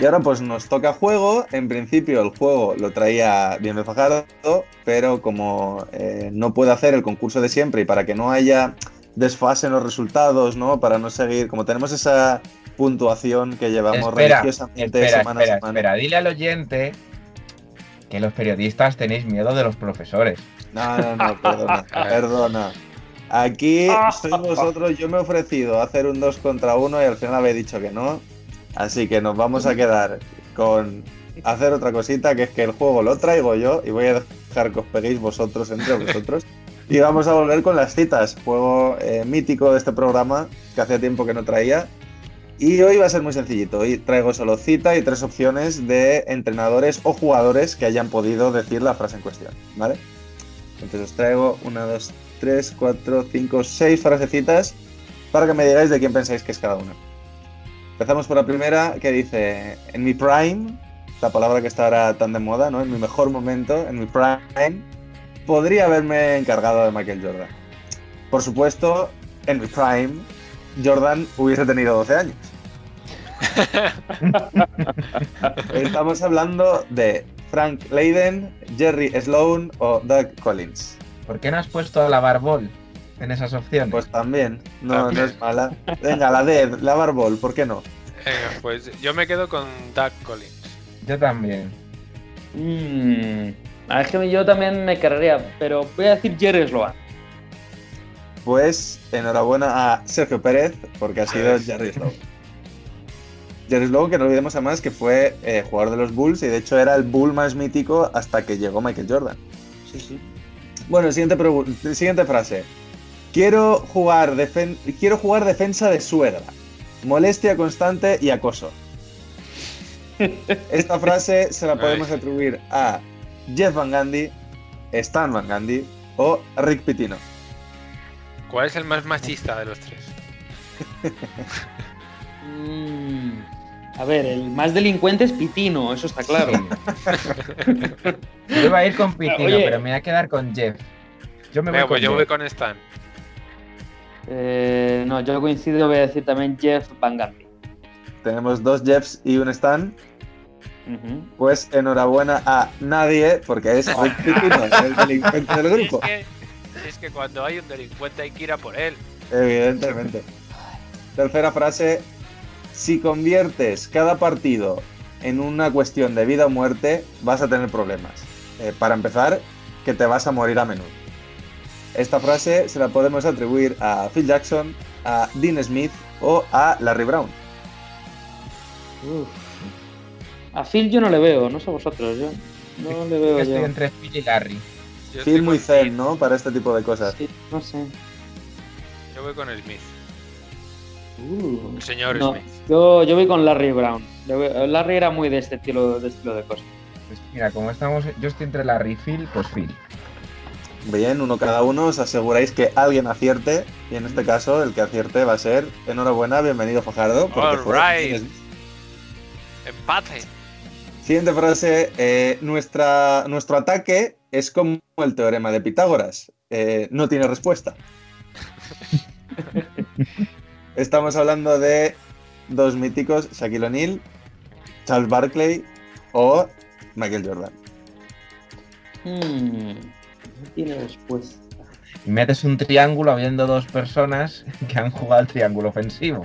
ahora pues nos toca juego. En principio el juego lo traía bien Fajardo, pero como eh, no puede hacer el concurso de siempre y para que no haya desfase en los resultados, ¿no? Para no seguir, como tenemos esa puntuación que llevamos espera, religiosamente espera, semana espera, a semana. espera, dile al oyente que los periodistas tenéis miedo de los profesores. No, no, no, perdona, perdona. Aquí sois vosotros, yo me he ofrecido a hacer un dos contra uno y al final habéis dicho que no. Así que nos vamos a quedar con hacer otra cosita, que es que el juego lo traigo yo y voy a dejar que os peguéis vosotros entre vosotros. Y vamos a volver con las citas, juego eh, mítico de este programa que hacía tiempo que no traía. Y hoy va a ser muy sencillito, hoy traigo solo cita y tres opciones de entrenadores o jugadores que hayan podido decir la frase en cuestión, ¿vale? Entonces os traigo una, dos, tres, cuatro, cinco, seis frasecitas para que me digáis de quién pensáis que es cada una. Empezamos por la primera, que dice: en mi prime, la palabra que está ahora tan de moda, ¿no? En mi mejor momento, en mi prime, podría haberme encargado de Michael Jordan. Por supuesto, en mi prime, Jordan hubiese tenido doce años. Estamos hablando de Frank Layden, Jerry Sloan o Doug Collins. ¿Por qué no has puesto a la Barbol en esas opciones? Pues también, no, no es mala. Venga, la D, la Barbol, ¿por qué no? Venga, pues yo me quedo con Doug Collins. Yo también. Mm, es que yo también me cargaría, pero voy a decir Jerry Sloan. Pues enhorabuena a Sergio Pérez, porque ha sido Jerry Sloan. Jerry Sloan, que no olvidemos además que fue eh, jugador de los Bulls y de hecho era el Bull más mítico hasta que llegó Michael Jordan. Sí, sí. Bueno, siguiente, siguiente frase. Quiero jugar, defen quiero jugar defensa de suegra. Molestia constante y acoso. Esta frase se la podemos atribuir a Jeff Van Gundy, Stan Van Gundy o Rick Pitino. ¿Cuál es el más machista de los tres? mm, a ver, el más delincuente es Pitino, eso está claro. Yo iba a ir con Pitino, Oye. pero me voy a quedar con Jeff. Yo me voy Venga, con pues yo Jeff. voy con Stan. Eh, no, yo coincido, voy a decir también Jeff Van Gundy. Tenemos dos Jeffs y un Stan. Uh-huh. Pues enhorabuena a nadie, porque es Rick Pitino, el delincuente del grupo. Es que, es que cuando hay un delincuente hay que ir a por él. Evidentemente. Tercera frase. Si conviertes cada partido en una cuestión de vida o muerte, vas a tener problemas. Eh, para empezar, que te vas a morir a menudo. Esta frase se la podemos atribuir a Phil Jackson, a Dean Smith o a Larry Brown. Uf. A Phil yo no le veo, no sé vosotros, yo no le veo. Yo estoy yo. entre Phil y Larry. Yo Phil estoy muy con zen, Smith. ¿no? Para este tipo de cosas. Sí, no sé. Yo voy con Smith. Uh, El señor no, Smith. yo, yo voy con Larry Brown. Yo voy- Larry era muy de este estilo de, estilo de cosas. Pues mira, como estamos, yo estoy entre Larry y Phil, pues Phil. Bien, uno cada uno, os aseguráis que alguien acierte, y en este caso el que acierte va a ser, enhorabuena, bienvenido Fajardo, porque All fue right. Dean Smith. Empate. Siguiente frase, eh, nuestra, nuestro ataque es como el teorema de Pitágoras, eh, no tiene respuesta. Estamos hablando de dos míticos, Shaquille O'Neal, Charles Barkley o Michael Jordan. Hmm, no tiene respuesta. Y metes un triángulo habiendo dos personas que han jugado el triángulo ofensivo.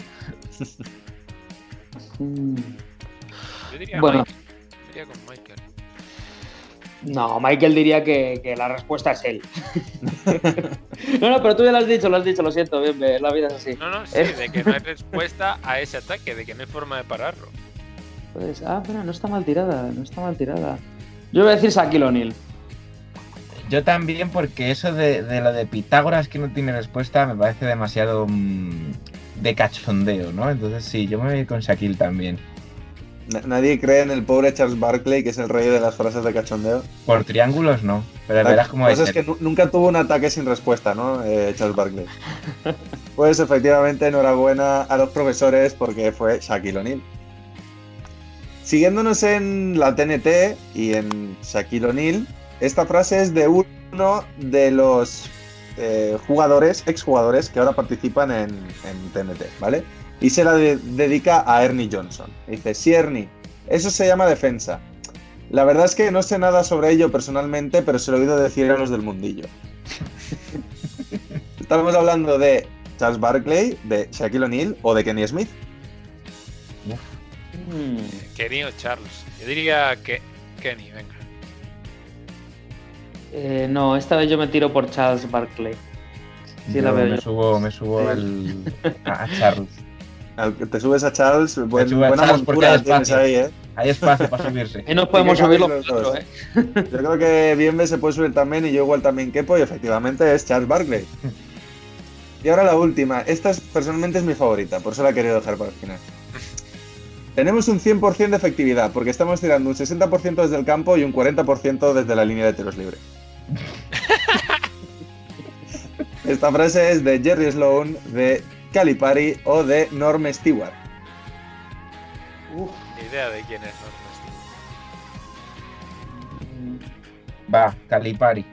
Hmm. Yo diría Bueno. Michael. Yo diría con Michael. No, Michael diría que, que la respuesta es él. no, no, pero tú ya lo has dicho, lo has dicho, lo siento, bien, bien, la vida es así. No, no, sí, Eh. de que no hay respuesta a ese ataque, de que no hay forma de pararlo. Pues, ah, pero no está mal tirada, no está mal tirada. Yo voy a decir Shaquille O'Neal. Yo también, porque eso de, de lo de Pitágoras que no tiene respuesta me parece demasiado mmm, de cachondeo, ¿no? Entonces sí, yo me voy a ir con Shaquille también. Na- Nadie cree en el pobre Charles Barkley, que es el rey de las frases de cachondeo. Por triángulos no, pero verás cómo La es. cosa es que nu- nunca tuvo un ataque sin respuesta, ¿no? Eh, Charles Barkley. Pues efectivamente, enhorabuena a los profesores porque fue Shaquille O'Neal. Siguiéndonos en la T N T y en Shaquille O'Neal, esta frase es de uno de los eh, jugadores, exjugadores que ahora participan en, en T N T, ¿vale? Y se la de- dedica a Ernie Johnson. Dice: si Ernie Eso se llama defensa. La verdad es que no sé nada sobre ello personalmente, pero se lo he oído decir a los del mundillo. Estamos hablando de Charles Barkley, de Shaquille O'Neal o de Kenny Smith. Mm. Kenny o Charles. Yo diría que Kenny, venga. Eh, no, esta vez yo me tiro por Charles Barkley. Sí, yo la veo me yo. subo, me subo el, a Charles. Al que te subes a Charles, buen, subo a buena Charles porque montura hay tienes espacio. ahí, ¿eh? Hay espacio para subirse. Ahí nos podemos Sí que subir los cabéis los cuatro, dos. ¿eh? Yo creo que Bienve se puede subir también y yo igual también quepo y efectivamente es Charles Barkley. Y ahora la última. Esta es, personalmente es mi favorita, por eso la he querido dejar para el final. Tenemos un cien por ciento de efectividad porque estamos tirando un sesenta por ciento desde el campo y un cuarenta por ciento desde la línea de tiros libres. Esta frase es de Jerry Sloan, de Calipari o de Norm Stewart. Uf, ni idea de quién es Norm Stewart. Va, Calipari.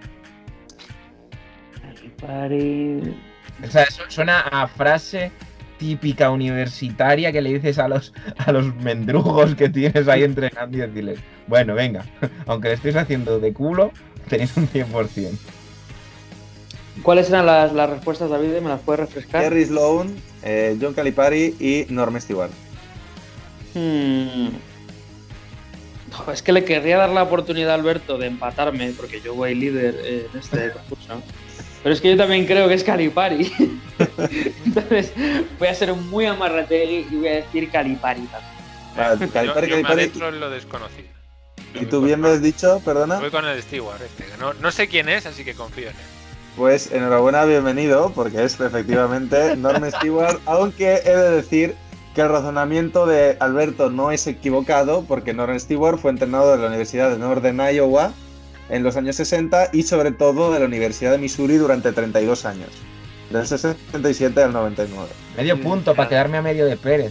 Calipari. O sea, eso suena a frase típica universitaria que le dices a los, a los mendrugos que tienes ahí entrenando y decirles, bueno, venga, aunque le estéis haciendo de culo, tenéis un cien por ciento. ¿Cuáles eran las, las respuestas, David? ¿Me las puedes refrescar? Jerry Sloan, eh, John Calipari y Norm Stewart. Hmm. No, es que le querría dar la oportunidad a Alberto de empatarme, porque yo voy líder eh, en este concurso. Pero es que yo también creo que es Calipari. Entonces voy a ser muy amarrategui y voy a decir Calipari también. Vale, Yo, Calipari, yo me Calipari. adentro en lo desconocido. ¿Y tú bien me has dicho, perdona? Voy con el Stewart este. que No, no sé quién es, así que confío en él. Pues enhorabuena, bienvenido, porque es efectivamente Norm Stewart, aunque he de decir que el razonamiento de Alberto no es equivocado, porque Norm Stewart fue entrenador de la Universidad de Northern Iowa en los años sesenta y sobre todo de la Universidad de Missouri durante treinta y dos años, del sesenta y siete al noventa y nueve. Medio punto para quedarme a medio de Pérez.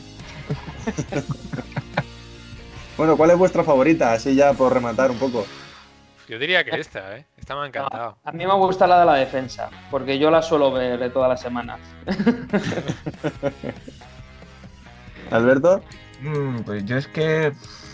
Bueno, ¿cuál es vuestra favorita? Así ya por rematar un poco. Yo diría que esta, ¿eh? Esta me ha encantado. A mí me gusta la de la defensa, porque yo la suelo ver de todas las semanas. ¿Alberto? Mm, pues yo es que...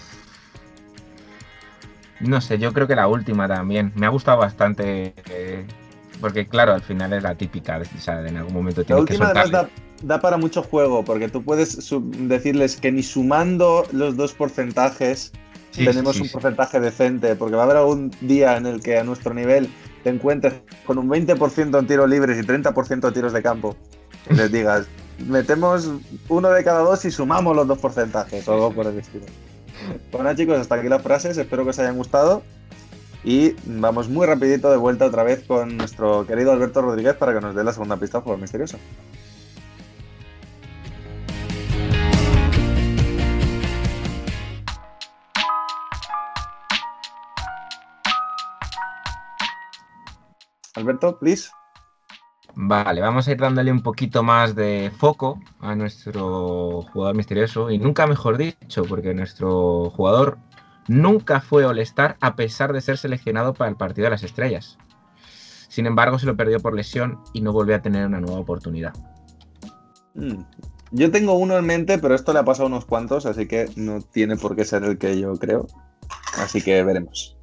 No sé, yo creo que la última también. Me ha gustado bastante. Eh, porque claro, al final es la típica. O sea, en algún momento La tienes que última además soltarle. da, da para mucho juego, porque tú puedes sub- decirles que ni sumando los dos porcentajes Sí, tenemos sí, un sí. porcentaje decente, porque va a haber algún día en el que a nuestro nivel te encuentres con un veinte por ciento en tiros libres y treinta por ciento en tiros de campo. Y les digas, metemos uno de cada dos y sumamos los dos porcentajes, o algo por el estilo. Bueno, chicos, hasta aquí las frases, espero que os hayan gustado. Y vamos muy rapidito de vuelta otra vez con nuestro querido Alberto Rodríguez para que nos dé la segunda pista por misterioso. Alberto, please. Vale, vamos a ir dándole un poquito más de foco a nuestro jugador misterioso. Y nunca mejor dicho, porque nuestro jugador nunca fue All-Star a pesar de ser seleccionado para el Partido de las Estrellas. Sin embargo, se lo perdió por lesión y no volvió a tener una nueva oportunidad. Mm. Yo tengo uno en mente, pero esto le ha pasado a unos cuantos, así que no tiene por qué ser el que yo creo. Así que veremos.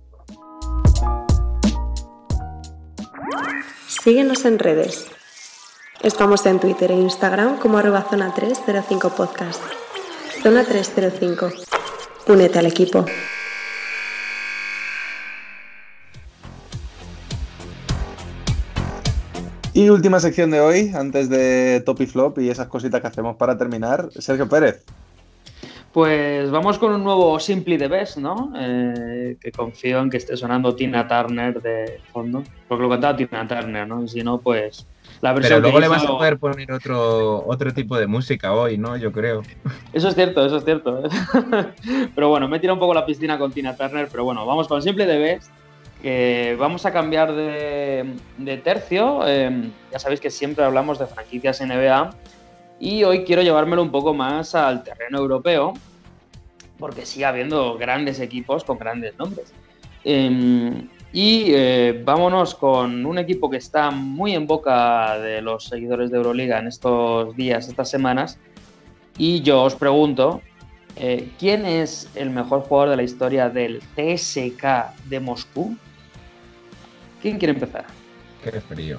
Síguenos en redes. Estamos en Twitter e Instagram como arroba zona tres cero cinco podcast. Zona tres cero cinco. Únete al equipo. Y última sección de hoy, antes de Top y Flop y esas cositas que hacemos para terminar. Sergio Pérez. Pues vamos con un nuevo Simply the Best, ¿no? Eh, que confío en que esté sonando Tina Turner de fondo. Porque lo cantaba Tina Turner, ¿no? Y si no, pues la versión Pero luego que le hizo... vas a poder poner otro, otro tipo de música hoy, ¿no? Yo creo. Eso es cierto, eso es cierto. Pero bueno, me he tirado un poco la piscina con Tina Turner, pero bueno, vamos con Simply the Best. Que vamos a cambiar de, de tercio. Eh, ya sabéis que siempre hablamos de franquicias N B A. Y hoy quiero llevármelo un poco más al terreno europeo, porque sigue habiendo grandes equipos con grandes nombres. Eh, y eh, vámonos con un equipo que está muy en boca de los seguidores de Euroliga en estos días, estas semanas. Y yo os pregunto, Eh, ¿Quién es el mejor jugador de la historia del C S K de Moscú? ¿Quién quiere empezar? Qué frío.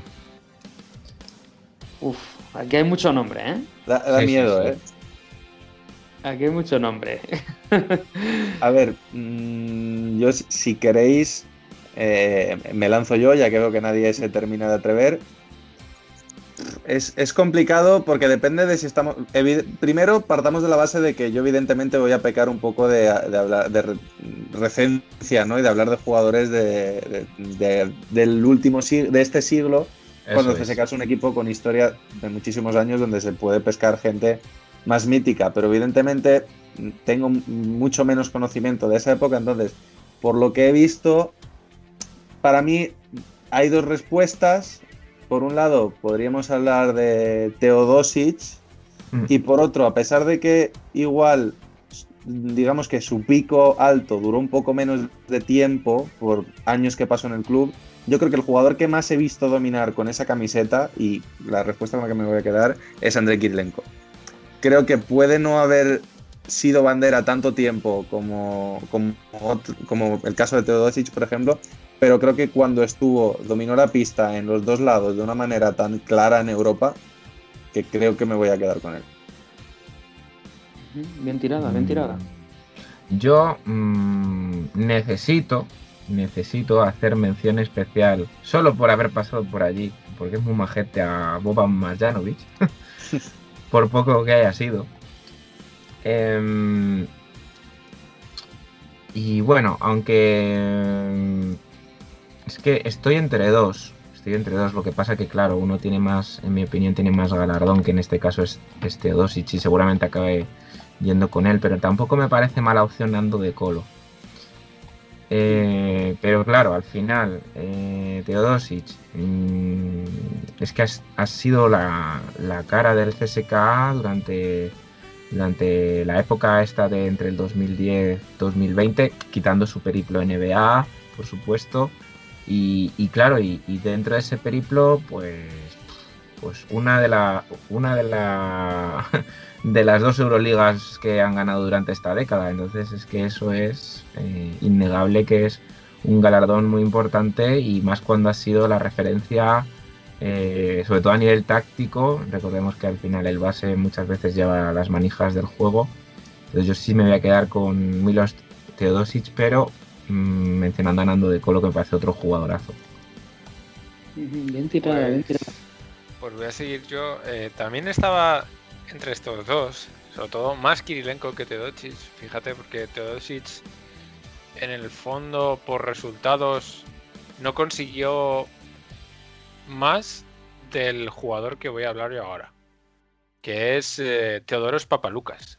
Uf, aquí hay mucho nombre, ¿eh? Da, da Sí, miedo, sí, sí. ¿eh? Aquí hay mucho nombre. A ver, mmm, yo si, si queréis, eh, me lanzo yo, ya que veo que nadie se termina de atrever. Es, es complicado porque depende de si estamos... evi- Primero, partamos de la base de que yo evidentemente voy a pecar un poco de, de, hablar, de re- recencia, ¿no? Y de hablar de jugadores de, de- de- del último sig- de este siglo, Eso cuando el es. C S K es un equipo con historia de muchísimos años donde se puede pescar gente más mítica, pero evidentemente tengo mucho menos conocimiento de esa época, entonces, por lo que he visto, para mí hay dos respuestas. Por un lado, podríamos hablar de Teodosic, Mm. y por otro, a pesar de que igual, digamos que su pico alto duró un poco menos de tiempo por años que pasó en el club, yo creo que el jugador que más he visto dominar con esa camiseta, y la respuesta con la que me voy a quedar, es Andrei Kirilenko. Creo que puede no haber sido bandera tanto tiempo como, como, otro- como el caso de Teodosic, por ejemplo, pero creo que cuando estuvo, dominó la pista en los dos lados de una manera tan clara en Europa, que creo que me voy a quedar con él. Bien tirada, bien tirada. Yo mm, necesito, necesito hacer mención especial, solo por haber pasado por allí, porque es muy majete, a Boban Marjanovic, por poco que haya sido. Em, y bueno, aunque es que estoy entre dos, estoy entre dos, lo que pasa que claro, uno tiene más, en mi opinión, tiene más galardón, que en este caso es, es Teodosic, y seguramente acabe yendo con él, pero tampoco me parece mala opción Nando De Colo. Eh, pero claro, al final, eh, Teodosic mmm, es que has, has sido la, la cara del C S K A durante, durante la época esta de entre el dos mil diez y dos mil veinte, quitando su periplo N B A, por supuesto, y, y claro, y, y dentro de ese periplo, pues, pues una de la, una de la de las dos Euroligas que han ganado durante esta década. Entonces es que eso es eh, innegable, que es un galardón muy importante, y más cuando ha sido la referencia, eh, sobre todo a nivel táctico. Recordemos que al final el base muchas veces lleva las manijas del juego. Entonces yo sí me voy a quedar con Milos Teodosic, pero mmm, mencionando a Nando De Colo, que me parece otro jugadorazo. Bien tirada, bien tirada. Pues voy a seguir yo. Eh, también estaba entre estos dos, sobre todo más Kirilenko que Teodosic, fíjate, porque Teodosic en el fondo por resultados no consiguió más del jugador que voy a hablar yo ahora, que es eh, Theodoros Papaloukas.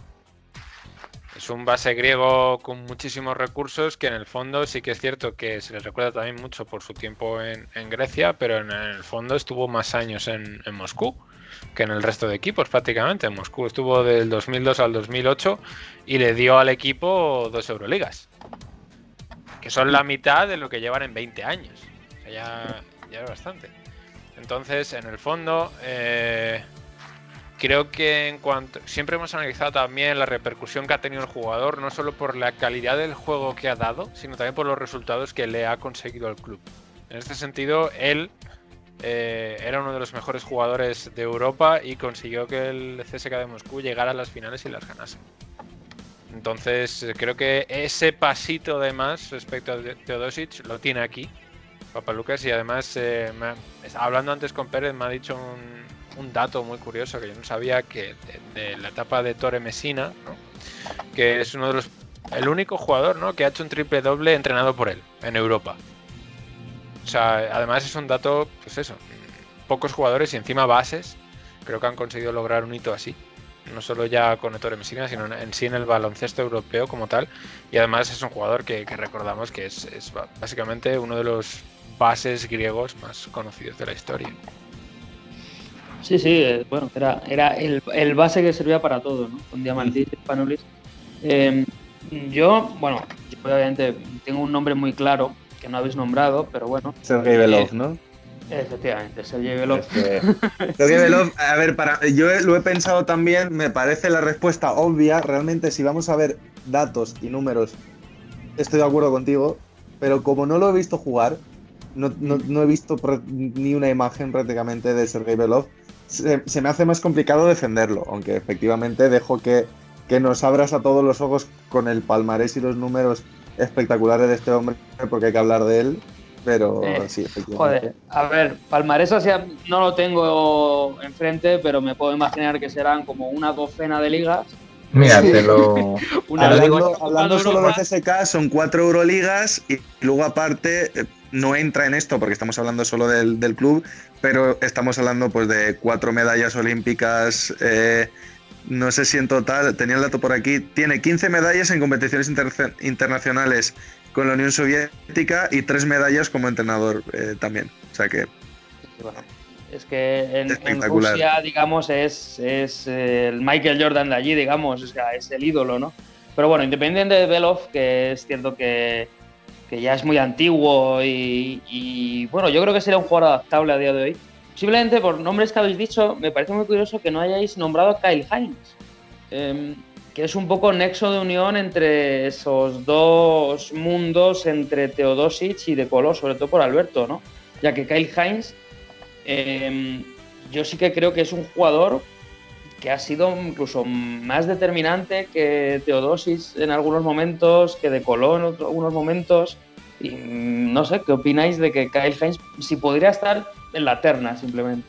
Es un base griego con muchísimos recursos, que en el fondo sí que es cierto que se le recuerda también mucho por su tiempo en, en Grecia, pero en el fondo estuvo más años en, en Moscú que en el resto de equipos prácticamente. En Moscú estuvo del dos mil dos al dos mil ocho y le dio al equipo dos Euroligas, que son la mitad de lo que llevan en veinte años. O sea, ya, ya es bastante. Entonces, en el fondo, eh, creo que en cuanto siempre hemos analizado también la repercusión que ha tenido el jugador, no solo por la calidad del juego que ha dado, sino también por los resultados que le ha conseguido al club. En este sentido, él eh, era uno de los mejores jugadores de Europa y consiguió que el C S K A de Moscú llegara a las finales y las ganase. Entonces, creo que ese pasito de más respecto a Teodosic lo tiene aquí Papaloukas, y además, eh, me, hablando antes con Pérez, me ha dicho un, un dato muy curioso que yo no sabía, que de, de la etapa de Torre Messina, ¿no? Que es uno de los el único jugador, ¿no?, que ha hecho un triple doble entrenado por él en Europa. O sea, además es un dato, pues eso, pocos jugadores y encima bases creo que han conseguido lograr un hito así, no solo ya con Ettore Messina, sino en sí en el baloncesto europeo como tal. Y además es un jugador que, que recordamos que es, es básicamente uno de los bases griegos más conocidos de la historia. Sí, sí, bueno, era, era el, el base que servía para todo, ¿no? Con Diamantis, Spanulis. Eh, yo, bueno, yo obviamente tengo un nombre muy claro que no habéis nombrado, pero bueno. Sergei Belov, ¿no? Efectivamente, Sergei Belov. Es que, Sergei Belov, a ver, para, yo lo he pensado también, me parece la respuesta obvia. Realmente, si vamos a ver datos y números, estoy de acuerdo contigo, pero como no lo he visto jugar, no, no, no he visto pr- ni una imagen prácticamente de Sergei Belov, se, se me hace más complicado defenderlo, aunque efectivamente dejo que, que nos abras a todos los ojos con el palmarés y los números espectaculares de este hombre, porque hay que hablar de él. Pero Eh, sí, efectivamente. Joder, a ver, palmarés así no lo tengo enfrente, pero me puedo imaginar que serán como una docena de ligas. Mira, te lo... Una Hablando, liga hablando solo de Europa. C S K, son cuatro Euroligas y luego aparte eh, no entra en esto porque estamos hablando solo del, del club, pero estamos hablando pues de cuatro medallas olímpicas, eh, no sé si en total, tenía el dato por aquí, tiene quince medallas en competiciones inter- internacionales con la Unión Soviética y tres medallas como entrenador eh, también, o sea que... Es que en, en Espectacular. Rusia, digamos, es, es el Michael Jordan de allí, digamos, o sea, es el ídolo, ¿no? Pero bueno, independiente de Belov, que es cierto que, que ya es muy antiguo y, y, bueno, yo creo que sería un jugador adaptable a día de hoy. Simplemente por nombres que habéis dicho, me parece muy curioso que no hayáis nombrado a Kyle Hines, eh, que es un poco nexo de unión entre esos dos mundos, entre Teodosic y De Colo, sobre todo por Alberto, ¿no? Ya que Kyle Hines... Eh, yo sí que creo que es un jugador que ha sido incluso más determinante que Teodosis en algunos momentos, que De Colo en otros, algunos momentos. Y no sé, ¿qué opináis de que Kyle Hines si podría estar en la terna simplemente?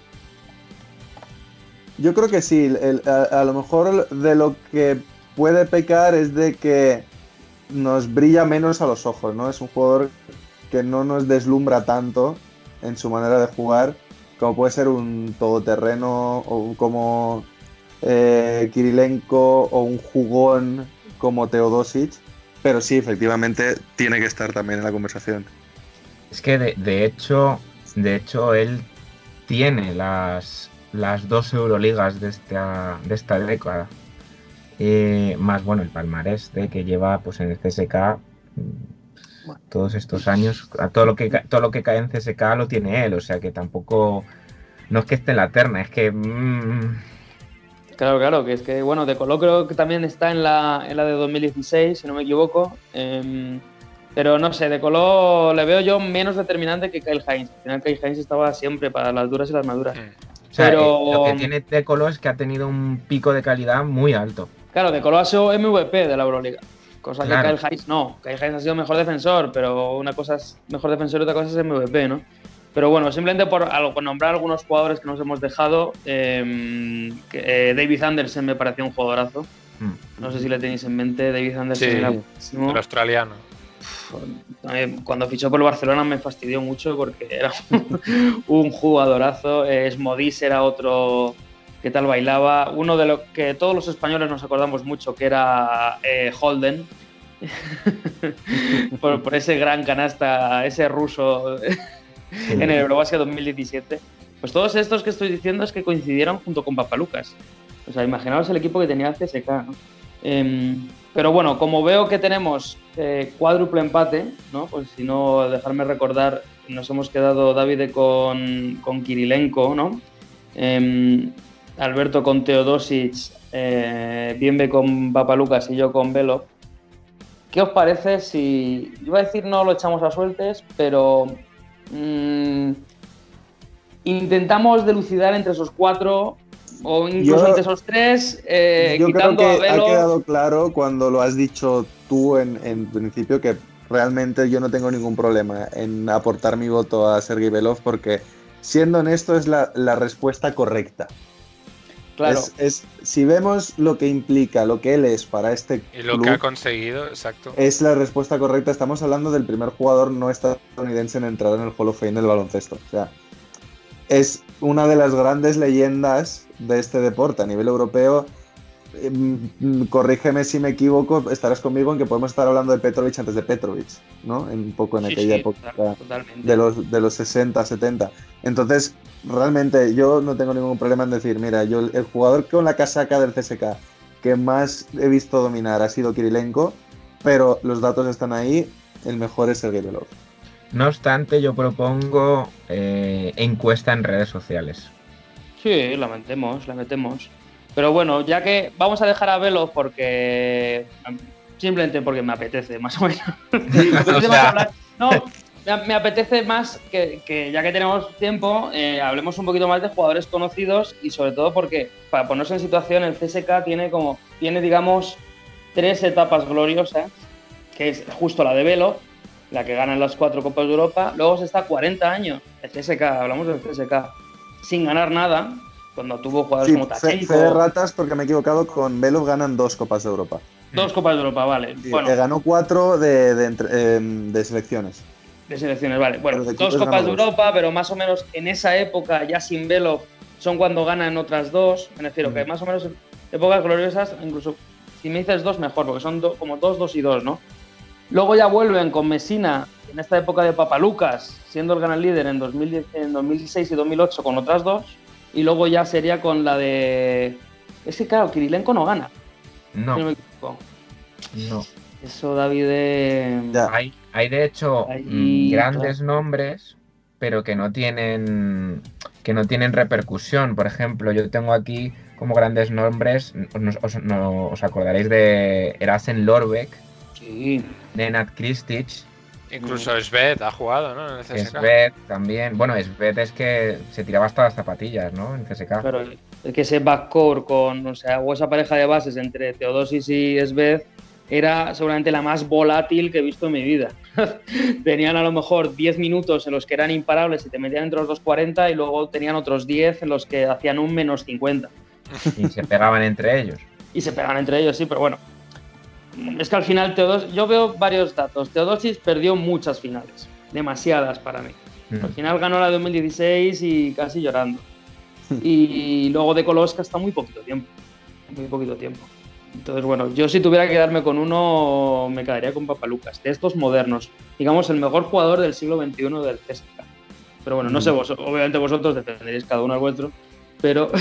Yo creo que sí, el, a, a lo mejor de lo que puede pecar es de que nos brilla menos a los ojos, ¿no? Es un jugador que no nos deslumbra tanto en su manera de jugar, como puede ser un todoterreno o como eh, Kirilenko o un jugón como Teodosic, pero sí, efectivamente, tiene que estar también en la conversación. Es que de, de hecho, de hecho él tiene las, las dos Euroligas de esta, de esta década, eh, más bueno el palmarés de que lleva pues en el C S K todos estos años, a todo lo que todo lo que cae en C S K lo tiene él, o sea que tampoco, no es que esté en la terna, es que mmm... Claro, claro, que es que bueno, De Colo creo que también está en la, en la de dos mil dieciséis, si no me equivoco, eh, pero no sé, De Colo le veo yo menos determinante que Kyle Hines. Al final Kyle Hines estaba siempre para las duras y las maduras. O sea, pero eh, lo que tiene De Colo es que ha tenido un pico de calidad muy alto. Claro, De Colo ha sido M V P de la Euroliga. Cosa Claro. que Kyle Hines no. Kyle Hines ha sido mejor defensor, pero una cosa es mejor defensor y otra cosa es M V P, ¿no? Pero bueno, simplemente por, por nombrar algunos jugadores que nos hemos dejado, eh, que, eh, David Anderson me pareció un jugadorazo. Mm. No sé si le tenéis en mente, David Anderson Sí, era buenísimo. el australiano. También, cuando fichó por el Barcelona me fastidió mucho porque era un, un jugadorazo. Eh, Smodis era otro que tal bailaba. Uno de los que todos los españoles nos acordamos mucho, que era eh, Holden. por, por ese gran canasta, ese ruso en el Eurobasket dos mil diecisiete. Pues todos estos que estoy diciendo es que coincidieron junto con Papalucas. O sea, imaginaos el equipo que tenía el C S K, ¿no? Eh, pero bueno, como veo que tenemos eh, cuádruple empate, ¿no? Pues si no, dejarme recordar, nos hemos quedado Davide con, con Kirilenko, ¿no? Eh, Alberto con Teodosic, eh, Bienve con Papalucas y yo con Belov. ¿Qué os parece si, iba a decir no lo echamos a sueltes, pero mmm, intentamos delucidar entre esos cuatro o incluso Yo- entre esos tres, eh, Yo creo quitando que a ha Belov? quedado claro cuando lo has dicho tú en, en principio que realmente yo no tengo ningún problema en aportar mi voto a Sergei Belov porque, siendo honesto, es la, la respuesta correcta. Claro. Es, es- si vemos lo que implica, lo que él es para este Y lo club, que ha conseguido, exacto. es la respuesta correcta. Estamos hablando del primer jugador no estadounidense en entrar en el Hall of Fame del baloncesto. O sea, es una de las grandes leyendas de este deporte a nivel europeo. Eh, mm, Corrígeme si me equivoco, estarás conmigo en que podemos estar hablando de Petrovic antes de Petrovic, ¿no? Un poco en Sí, aquella sí, época total- totalmente. de los, de los sesenta, setenta. Entonces, realmente yo no tengo ningún problema en decir, mira, yo el jugador con la casaca del C S K que más he visto dominar ha sido Kirilenko, pero los datos están ahí, el mejor es Sergei Belov. No obstante, yo propongo eh, encuesta en redes sociales. Sí, la metemos, la metemos. Pero bueno, ya que vamos a dejar a Velo porque... Simplemente porque me apetece, más o menos. O sea... No, me apetece más que, que ya que tenemos tiempo, eh, hablemos un poquito más de jugadores conocidos y sobre todo porque, para ponernos en situación, el C S K tiene como, tiene digamos, tres etapas gloriosas, que es justo la de Velo, la que gana en las cuatro Copas de Europa, luego se está cuarenta años, el C S K, hablamos del C S K, sin ganar nada, cuando tuvo jugadores Sí, como fe, Tachenko. fe de ratas porque me he equivocado, con Velo ganan dos Copas de Europa. Dos Copas de Europa, vale. Sí, bueno, que ganó cuatro de, de, entre- eh, de selecciones. de selecciones, vale. Bueno, Pero de dos clubes Copas ganó de dos. Europa, pero más o menos en esa época, ya sin Velo, son cuando ganan otras dos. Me refiero que más o menos en épocas gloriosas, incluso si me dices dos, mejor, porque son do- como dos, dos y dos, ¿no? Luego ya vuelven con Messina, en esta época de Papalucas, siendo el gran líder en, dos mil diez, en dos mil seis y dos mil ocho con otras dos. Y luego ya sería con la de... Es que claro, Kirilenko no gana. No, si no me equivoco. no. Eso, David, eh... Ya. Hay, hay de hecho Ahí, mm, grandes nombres, pero que no tienen que no tienen repercusión. Por ejemplo, yo tengo aquí como grandes nombres, no- os, no- os acordaréis de Erasen Lorbeck, sí. Nenad Kristic, Incluso Sved ha jugado, ¿no? En el C S K. Sved también. Bueno, Sved es que se tiraba hasta las zapatillas, ¿no? En C S K. Claro, es que ese backcourt con, o sea, o esa pareja de bases entre Teodosis y Sved era seguramente la más volátil que he visto en mi vida. Tenían a lo mejor diez minutos en los que eran imparables y te metían entre los dos cuarenta y luego tenían otros diez en los que hacían un menos cincuenta. Y se pegaban entre ellos. Y se pegan entre ellos, sí, pero bueno. Es que al final Teodosis, yo veo varios datos. Teodosis perdió muchas finales, demasiadas para mí. Mm. Al final ganó la de dos mil dieciséis y casi llorando. Y luego de Koloska está muy poquito tiempo. Muy poquito tiempo. Entonces, bueno, yo si tuviera que quedarme con uno, me quedaría con Papalucas. De estos modernos, digamos, el mejor jugador del siglo veintiuno del C S K. Pero bueno, no sé vos, obviamente vosotros defenderéis cada uno al vuestro. Pero,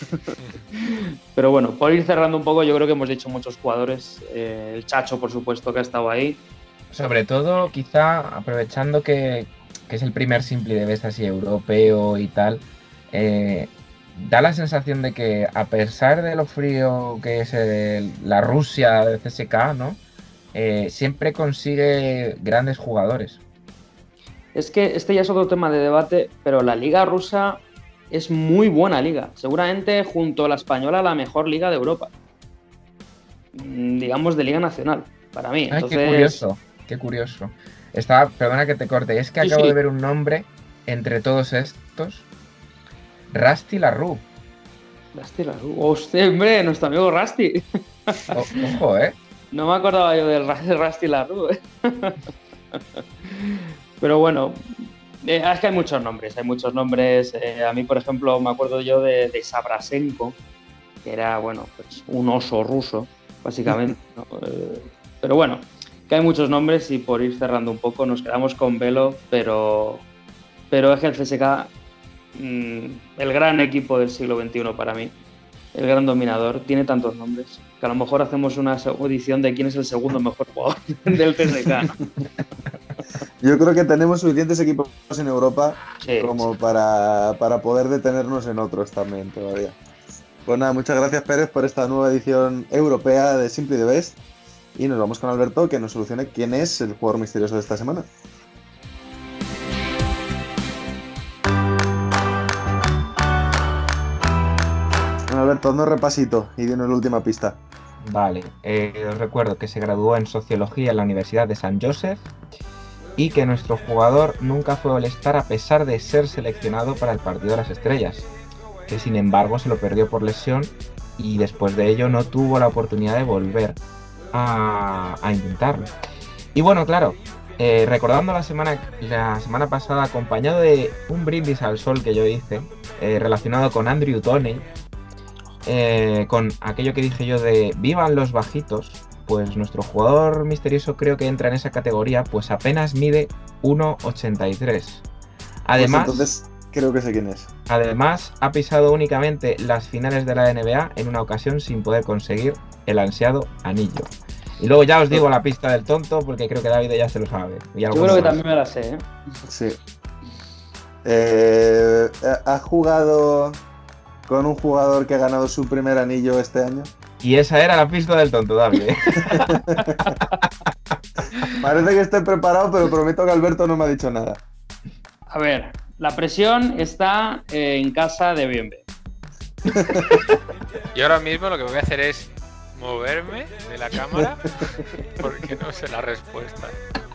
pero bueno, por ir cerrando un poco, yo creo que hemos dicho muchos jugadores. Eh, el Chacho, por supuesto, que ha estado ahí. Sobre todo, quizá aprovechando que, que es el primer Simply de Best así europeo y tal, eh, da la sensación de que a pesar de lo frío que es el- la Rusia del C S K, ¿no? Eh, siempre consigue grandes jugadores. Es que este ya es otro tema de debate, pero la liga rusa es muy buena liga. Seguramente junto a la española la mejor liga de Europa. Mm, Digamos de liga nacional, para mí. Ay, Entonces, qué curioso, qué curioso. Estaba, perdona que te corte, es que Sí, acabo sí. de ver un nombre entre todos estos. Rusty LaRue. Rusty Larue. Hostia, hombre, nuestro amigo Rusty. O- ojo, ¿eh? No me acordaba yo del Ra- de Rusty Larue. Pero bueno, eh, es que hay muchos nombres, hay muchos nombres. Eh, a mí, por ejemplo, me acuerdo yo de, de Sabrasenko, que era, bueno, pues un oso ruso, básicamente, ¿no? Eh, pero bueno, que hay muchos nombres y por ir cerrando un poco nos quedamos con Velo, pero, pero es que el C S K, mm, el gran equipo del siglo veintiuno para mí, el gran dominador, tiene tantos nombres que a lo mejor hacemos una se- edición de quién es el segundo mejor jugador del C S K, ¿no? Yo creo que tenemos suficientes equipos en Europa Sí, como para, para poder detenernos en otros también todavía. Pues nada, muchas gracias Pérez por esta nueva edición europea de Simply the Best. Y nos vamos con Alberto que nos solucione quién es el jugador misterioso de esta semana. Bueno, Alberto, haznos repasito y dinos la última pista. Vale, eh, os recuerdo que se graduó en Sociología en la Universidad de San Joseph y que nuestro jugador nunca fue All-Star a pesar de ser seleccionado para el Partido de las Estrellas, que sin embargo se lo perdió por lesión y después de ello no tuvo la oportunidad de volver a, a intentarlo. Y bueno, claro, eh, recordando la semana, la semana pasada, acompañado de un brindis al sol que yo hice, eh, relacionado con Andrew Toney, eh, con aquello que dije yo de vivan los bajitos, pues nuestro jugador misterioso creo que entra en esa categoría, pues apenas mide uno ochenta y tres. Además, Pues entonces creo que sé quién es. además, ha pisado únicamente las finales de la N B A en una ocasión sin poder conseguir el ansiado anillo. Y luego ya os digo la pista del tonto, porque creo que David ya se lo sabe. Y Yo alguno creo que más. también me la sé, ¿eh? Sí. Eh, ¿Has jugado con un jugador que ha ganado su primer anillo este año? Y esa era la pista del tonto, David. ¿eh? Parece que estoy preparado, pero prometo que Alberto no me ha dicho nada. A ver, la presión está eh, en casa de B and B. Y ahora mismo lo que voy a hacer es moverme de la cámara porque no sé la respuesta.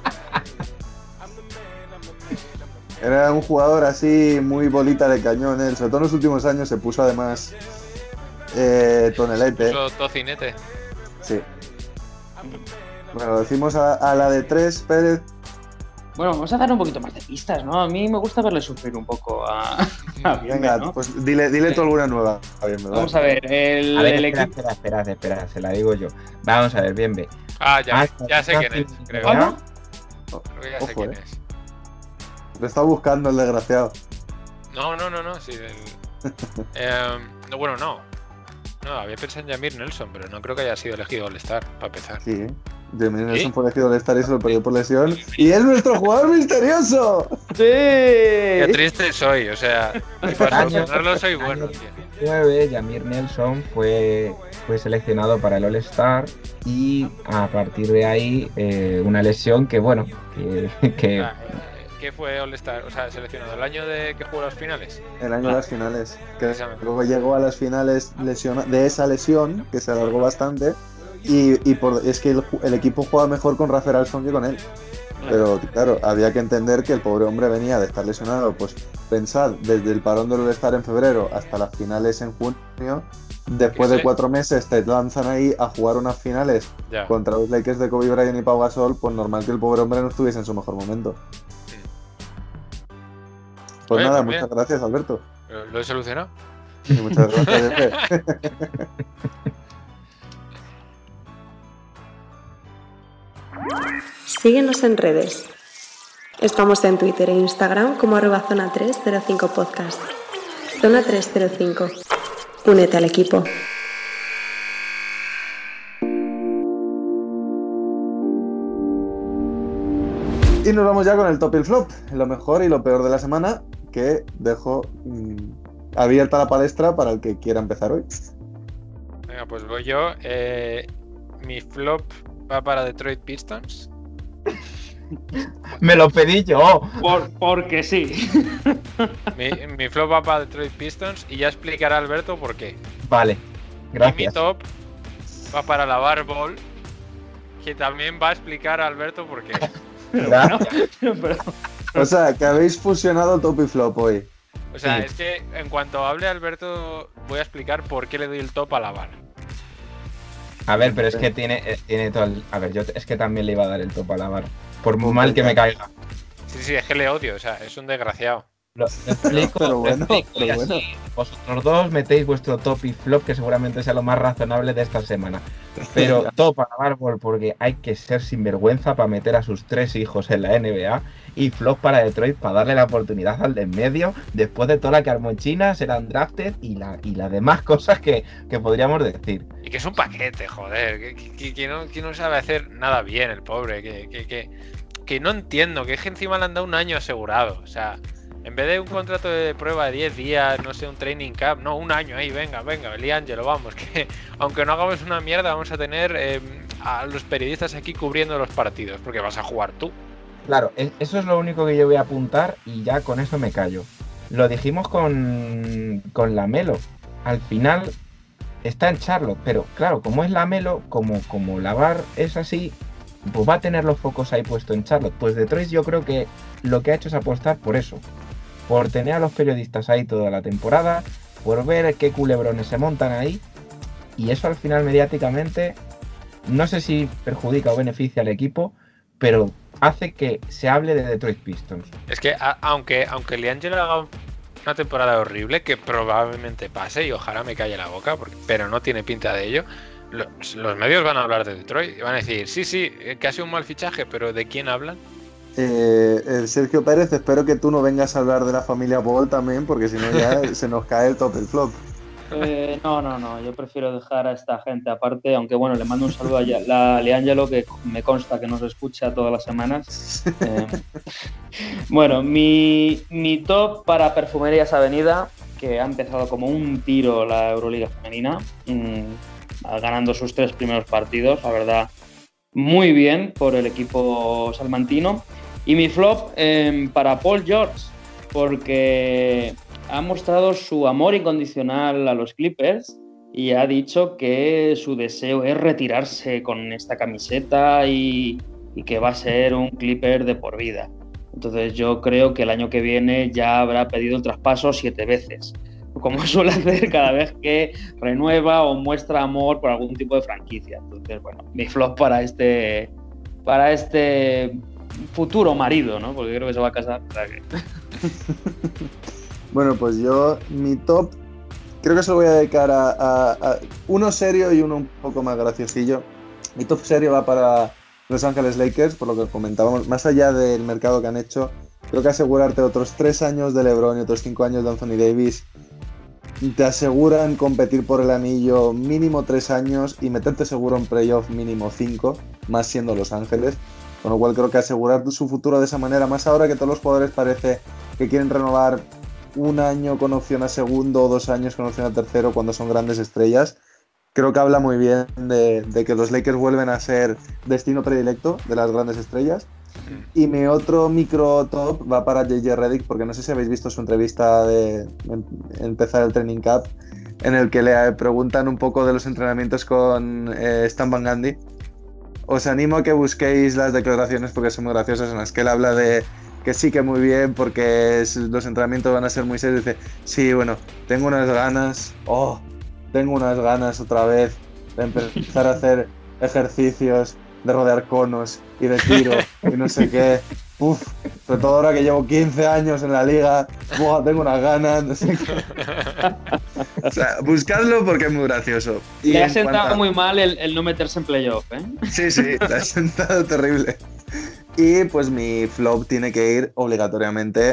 Era un jugador así muy bolita de cañón, ¿eh? Sobre todo en los últimos años se puso además eh, tonelete. Puso tocinete. Sí. Bueno, decimos a, a la de tres, Pérez. Bueno, vamos a dar un poquito más de pistas, ¿no? A mí me gusta verle sufrir un poco a, a B and B, Venga, ¿no? pues dile, dile tú alguna nueva. Bien, ¿verdad? Vamos a ver, el, A ver, el espera, equipo... espera, espera, espera, se la digo yo. Vamos a ver, bien, ve. Ah, ya, Ah, ya sé casi- quién es, creo. ¿Cómo? Creo que ya sé Ojo, quién eh. es. Lo está buscando el desgraciado. No, no, no, no, sí. El... Em, no, bueno, no. No, había pensado en Jamir Nelson, pero no creo que haya sido elegido All-Star, para empezar. Sí, ¿eh? Jamie Nelson ¿Sí? fue elegido al estar y se lo perdió por lesión. ¡Y es nuestro jugador misterioso! Qué ¡Sí! triste soy, o sea, y para solucionarlo soy bueno, tío. nueve, Jamir Nelson fue, fue seleccionado para el All-Star y a partir de ahí eh, una lesión que, bueno, que, que Ah, eh, ¿Qué fue All-Star? O sea, seleccionado el año de que jugó las finales. El año de las finales. Que Precisamente. luego llegó a las finales lesiona- de esa lesión, que se alargó bastante. Y, y por, es que el, ju- el equipo juega mejor con Rafael Alston que con él. Pero claro, había que entender que el pobre hombre venía de estar lesionado. Pues pensad, desde el parón del All-Star en febrero hasta las finales en junio. Después Que de sí. cuatro meses te lanzan ahí a jugar unas finales Ya. contra los Lakers de Kobe Bryant y Pau Gasol. Pues normal que el pobre hombre no estuviese en su mejor momento. Pues Oye, nada, pues bien. muchas gracias, Alberto. ¿Lo lo he solucionado? Y muchas gracias, Efe. Síguenos en redes. Estamos en Twitter e Instagram como arroba zona tres cero cinco podcast. Zona tres cero cinco. Únete al equipo. Y nos vamos ya con el top y el flop, lo mejor y lo peor de la semana, que dejo mmm, abierta la palestra para el que quiera empezar hoy. Venga, pues voy yo. Eh, mi flop va para Detroit Pistons. me lo pedí yo. Por, porque sí. Mi, mi flop va para Detroit Pistons y ya explicará Alberto por qué. Vale, Y mi gracias. top va para la Bar Ball, que también va a explicar a Alberto por qué. Gracias. Pero- O sea, que habéis fusionado top y flop hoy. O sea, Sí. es que en cuanto hable Alberto voy a explicar por qué le doy el top a la Bar. A ver, pero es que tiene, eh, tiene todo el... A ver, yo es que también le iba a dar el top a la Bar. Por muy mal que me caiga. Sí, sí, es que le odio, o sea, es un desgraciado. Lo, lo explico, Pero lo bueno, explico pero y así bueno. vosotros dos metéis vuestro top y flop, que seguramente sea lo más razonable de esta semana. Pero top a Barbol, porque hay que ser sinvergüenza para meter a sus tres hijos en la N B A. Y flop para Detroit para darle la oportunidad al de en medio, después de toda la que armó en China, ser undrafted y la y las demás cosas que, que podríamos decir. Y que es un paquete, joder, que, que- que no, que no sabe hacer nada bien el pobre, que, que, que, que no entiendo, que es que encima le han dado un año asegurado, o sea, en vez de un contrato de prueba de diez días, no sé, un training camp, no, un año ahí, venga, venga, Liangelo, vamos, que aunque no hagamos una mierda, vamos a tener eh, a los periodistas aquí cubriendo los partidos, porque vas a jugar tú. Claro, e- eso es lo único que yo voy a apuntar y ya con eso me callo. Lo dijimos con, con la Melo. Al final está en Charlotte, pero claro, como es la Melo, como, como la Bar es así, pues va a tener los focos ahí puesto en Charlotte. Pues Detroit yo creo que lo que ha hecho es apostar por eso. Por tener a los periodistas ahí toda la temporada, por ver qué culebrones se montan ahí. Y eso al final mediáticamente, no sé si perjudica o beneficia al equipo, pero hace que se hable de Detroit Pistons. Es que a- aunque, aunque Liangelo haga una temporada horrible, que probablemente pase y ojalá me calle la boca, porque, pero no tiene pinta de ello, los, los medios van a hablar de Detroit y van a decir, sí, sí, eh, que ha sido un mal fichaje, pero ¿de quién hablan? Eh, eh, Sergio Pérez, espero que tú no vengas a hablar de la familia Ball también, porque si no ya se nos cae el top y el flop. Eh, no, no, no, yo prefiero dejar a esta gente aparte, aunque bueno, le mando un saludo a Ya- la Leangelo, que me consta que nos escucha todas las semanas. Eh, bueno, mi, mi top para Perfumerías Avenida, que ha empezado como un tiro la Euroliga femenina, mmm, ganando sus tres primeros partidos, la verdad, muy bien por el equipo salmantino. Y mi flop eh, para Paul George, porque ha mostrado su amor incondicional a los Clippers y ha dicho que su deseo es retirarse con esta camiseta y, y que va a ser un Clipper de por vida. Entonces yo creo que el año que viene ya habrá pedido el traspaso siete veces, como suele hacer cada vez que renueva o muestra amor por algún tipo de franquicia. Entonces, bueno, mi flop para este, para este futuro marido, ¿no? Porque creo que se va a casar. O sea que... Bueno, pues yo, mi top, creo que se lo voy a dedicar a, a, a uno serio y uno un poco más graciosillo. Mi top serio va para Los Ángeles Lakers, por lo que comentábamos, más allá del mercado que han hecho, creo que asegurarte otros tres años de LeBron y otros cinco años de Anthony Davis te aseguran competir por el anillo mínimo tres años y meterte seguro en playoff mínimo cinco, más siendo Los Ángeles. Con lo cual creo que asegurar su futuro de esa manera, más ahora que todos los jugadores parece que quieren renovar un año con opción a segundo o dos años con opción a tercero cuando son grandes estrellas, creo que habla muy bien de, de que los Lakers vuelven a ser destino predilecto de las grandes estrellas. Y mi otro micro top va para J J Redick, porque no sé si habéis visto su entrevista de em, empezar el training camp, en el que le preguntan un poco de los entrenamientos con eh, Stan Van Gundy. Os animo a que busquéis las declaraciones porque son muy graciosas, en las que él habla de que sí, que muy bien, porque es, los entrenamientos van a ser muy serios. Dice, sí, bueno, tengo unas ganas, oh, tengo unas ganas otra vez de empezar a hacer ejercicios, de rodear conos y de tiro y no sé qué. Uf, sobre todo ahora que llevo quince años en la liga, buah, tengo unas ganas, no sé qué. O sea, buscadlo porque es muy gracioso. Y le ha en sentado cuanto a... muy mal el, el no meterse en playoff, ¿eh? Sí, sí, le ha sentado terrible. Y pues mi flop tiene que ir obligatoriamente,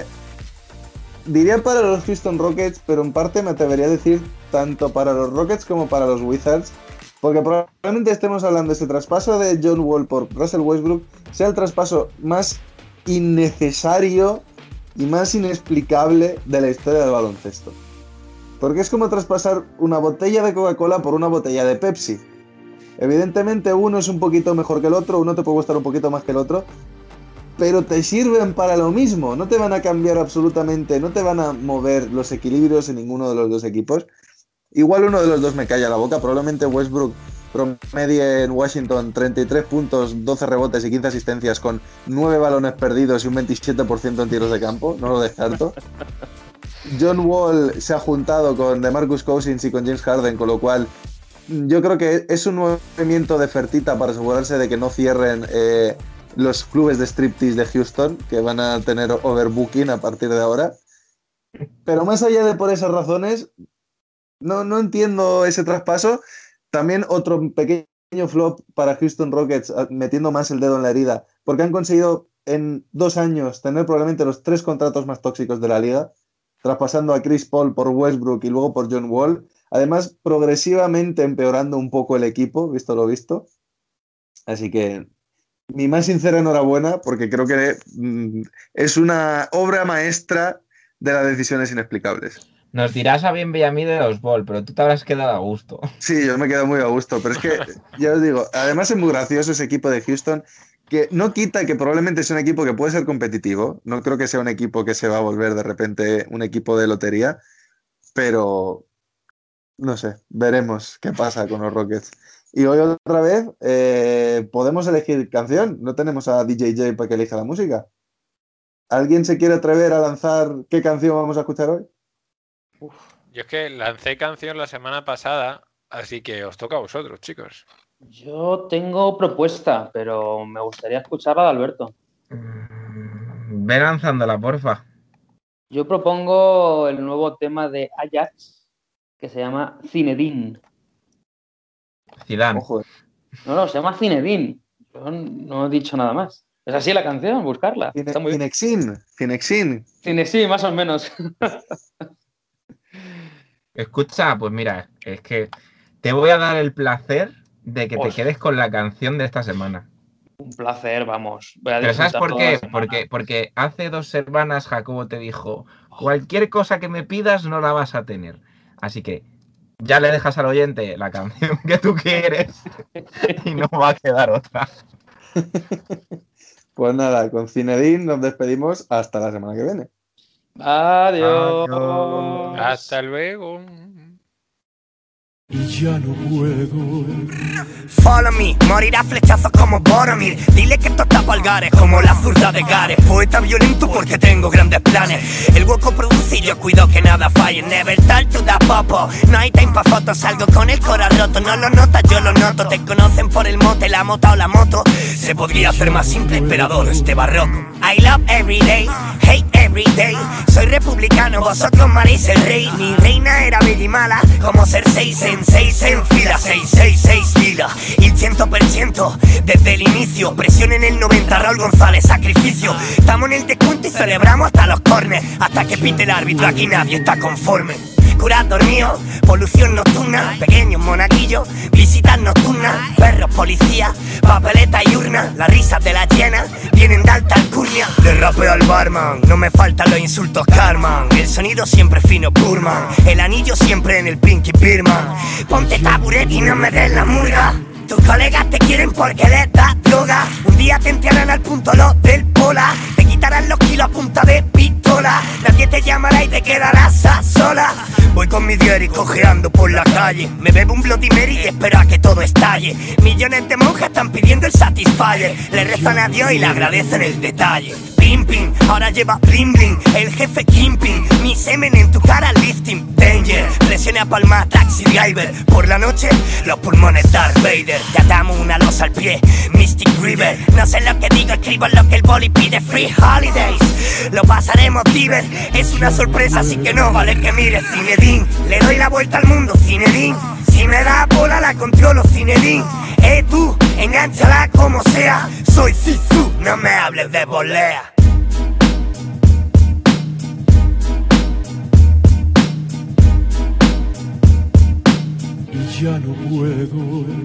diría para los Houston Rockets, pero en parte me atrevería a decir tanto para los Rockets como para los Wizards, porque probablemente estemos hablando de ese traspaso de John Wall por Russell Westbrook, sea el traspaso más innecesario y más inexplicable de la historia del baloncesto. Porque es como traspasar una botella de Coca-Cola por una botella de Pepsi. Evidentemente uno es un poquito mejor que el otro, uno te puede gustar un poquito más que el otro, pero te sirven para lo mismo, no te van a cambiar absolutamente, no te van a mover los equilibrios en ninguno de los dos equipos. Igual uno de los dos me calla la boca, probablemente Westbrook promedie en Washington treinta y tres puntos, doce rebotes y quince asistencias con nueve balones perdidos y un veintisiete por ciento en tiros de campo, no lo descarto. John Wall se ha juntado con DeMarcus Cousins y con James Harden, con lo cual yo creo que es un movimiento de Fertita para asegurarse de que no cierren eh, los clubes de striptease de Houston, que van a tener overbooking a partir de ahora. Pero más allá de por esas razones, no, no entiendo ese traspaso. También otro pequeño flop para Houston Rockets, metiendo más el dedo en la herida, porque han conseguido en dos años tener probablemente los tres contratos más tóxicos de la liga, traspasando a Chris Paul por Westbrook y luego por John Wall. Además, progresivamente empeorando un poco el equipo, visto lo visto. Así que mi más sincera enhorabuena, porque creo que mm, es una obra maestra de las decisiones inexplicables. Nos dirás a bien y a mí de los Ball, pero tú te habrás quedado a gusto. Sí, yo me quedo muy a gusto, pero es que, ya os digo, además es muy gracioso ese equipo de Houston, que no quita que probablemente sea un equipo que puede ser competitivo. No creo que sea un equipo que se va a volver de repente un equipo de lotería, pero no sé, veremos qué pasa con los Rockets. Y hoy otra vez eh, podemos elegir canción, no tenemos a D J J para que elija la música. ¿Alguien se quiere atrever a lanzar qué canción vamos a escuchar hoy? Uf, yo es que lancé canción la semana pasada, así que os toca a vosotros, chicos. Yo tengo propuesta, pero me gustaría escucharla de Alberto. Mm, ve lanzándola, porfa. Yo propongo el nuevo tema de Ajax, que se llama Zinedine. Zidane. Ojo. No, no, se llama Zinedine. Yo no he dicho nada más. Es así la canción, buscarla. Cine, Está muy bien. Cinexin, Cinexin. Cine, sí, más o menos. Escucha, pues mira, es que te voy a dar el placer de que te Os- quedes con la canción de esta semana. Un placer, vamos. Voy a Pero ¿sabes disfrutar por toda la qué? semana. Porque, porque hace dos semanas Jacobo te dijo, cualquier cosa que me pidas no la vas a tener. Así que ya le dejas al oyente la canción que tú quieres y no va a quedar otra. Pues nada, con Zinedine nos despedimos hasta la semana que viene. Adiós. Adiós. Hasta luego. Y ya no puedo. Follow me, morirá flechazo como Boromir. Dile que esto está palgares como la zurda de Gares. Poeta violento porque tengo grandes planes. El hueco produce y yo cuido que nada falle. Never tell to the popo. No hay time pa' fotos, salgo con el corazón roto. No lo notas, yo lo noto. Te conocen por el mote, la mota o la moto. Se podría hacer más simple, pero adoro este barroco. I love every day, hate every day. Soy republicano, vosotros maréis el rey. Mi reina era bella y mala, como ser seis en seis en fila. Seis, seis, seis lila. Y el ciento por ciento desde el inicio. Presión en el noventa, Raúl González, sacrificio. Estamos en el descuento y celebramos hasta los corners. Hasta que pite el árbitro, aquí nadie está conforme. Curar dormido, polución nocturna, pequeños monaguillos, visitas nocturnas, perros, policía, papeleta y urna, las risas de las llenas vienen de alta alcurnia. Le rapeo al barman, no me faltan los insultos karman, el sonido siempre fino Burman, el anillo siempre en el Pinky Birman. Ponte taburete y no me des la murga. Tus colegas te quieren porque les das droga. Un día te enterrarán al punto los del pola. Te quitarán los kilos a punta de pistola. Nadie te llamará y te quedarás a sola. Voy con mi diario cojeando por la calle. Me bebo un Bloody Mary y espero a que todo estalle. Millones de monjas están pidiendo el Satisfyer. Le rezan a Dios y le agradecen el detalle. Pim pim, ahora lleva bling bling. El jefe Kimping, mi semen en tu cara lifting. Danger, presione a palma taxi driver. Por la noche, los pulmones Darth Vader. Te atamos una losa al pie, Mystic River. No sé lo que digo, escribo lo que el boli pide. Free Holidays, lo pasaremos diver. Es una sorpresa, así que no vale que mires. Zinedine, le doy la vuelta al mundo, Zinedine. Si me da bola la controlo, Zinedine. Eh tú, enganchala como sea. Soy Zizou, no me hables de volea. Y ya no puedo.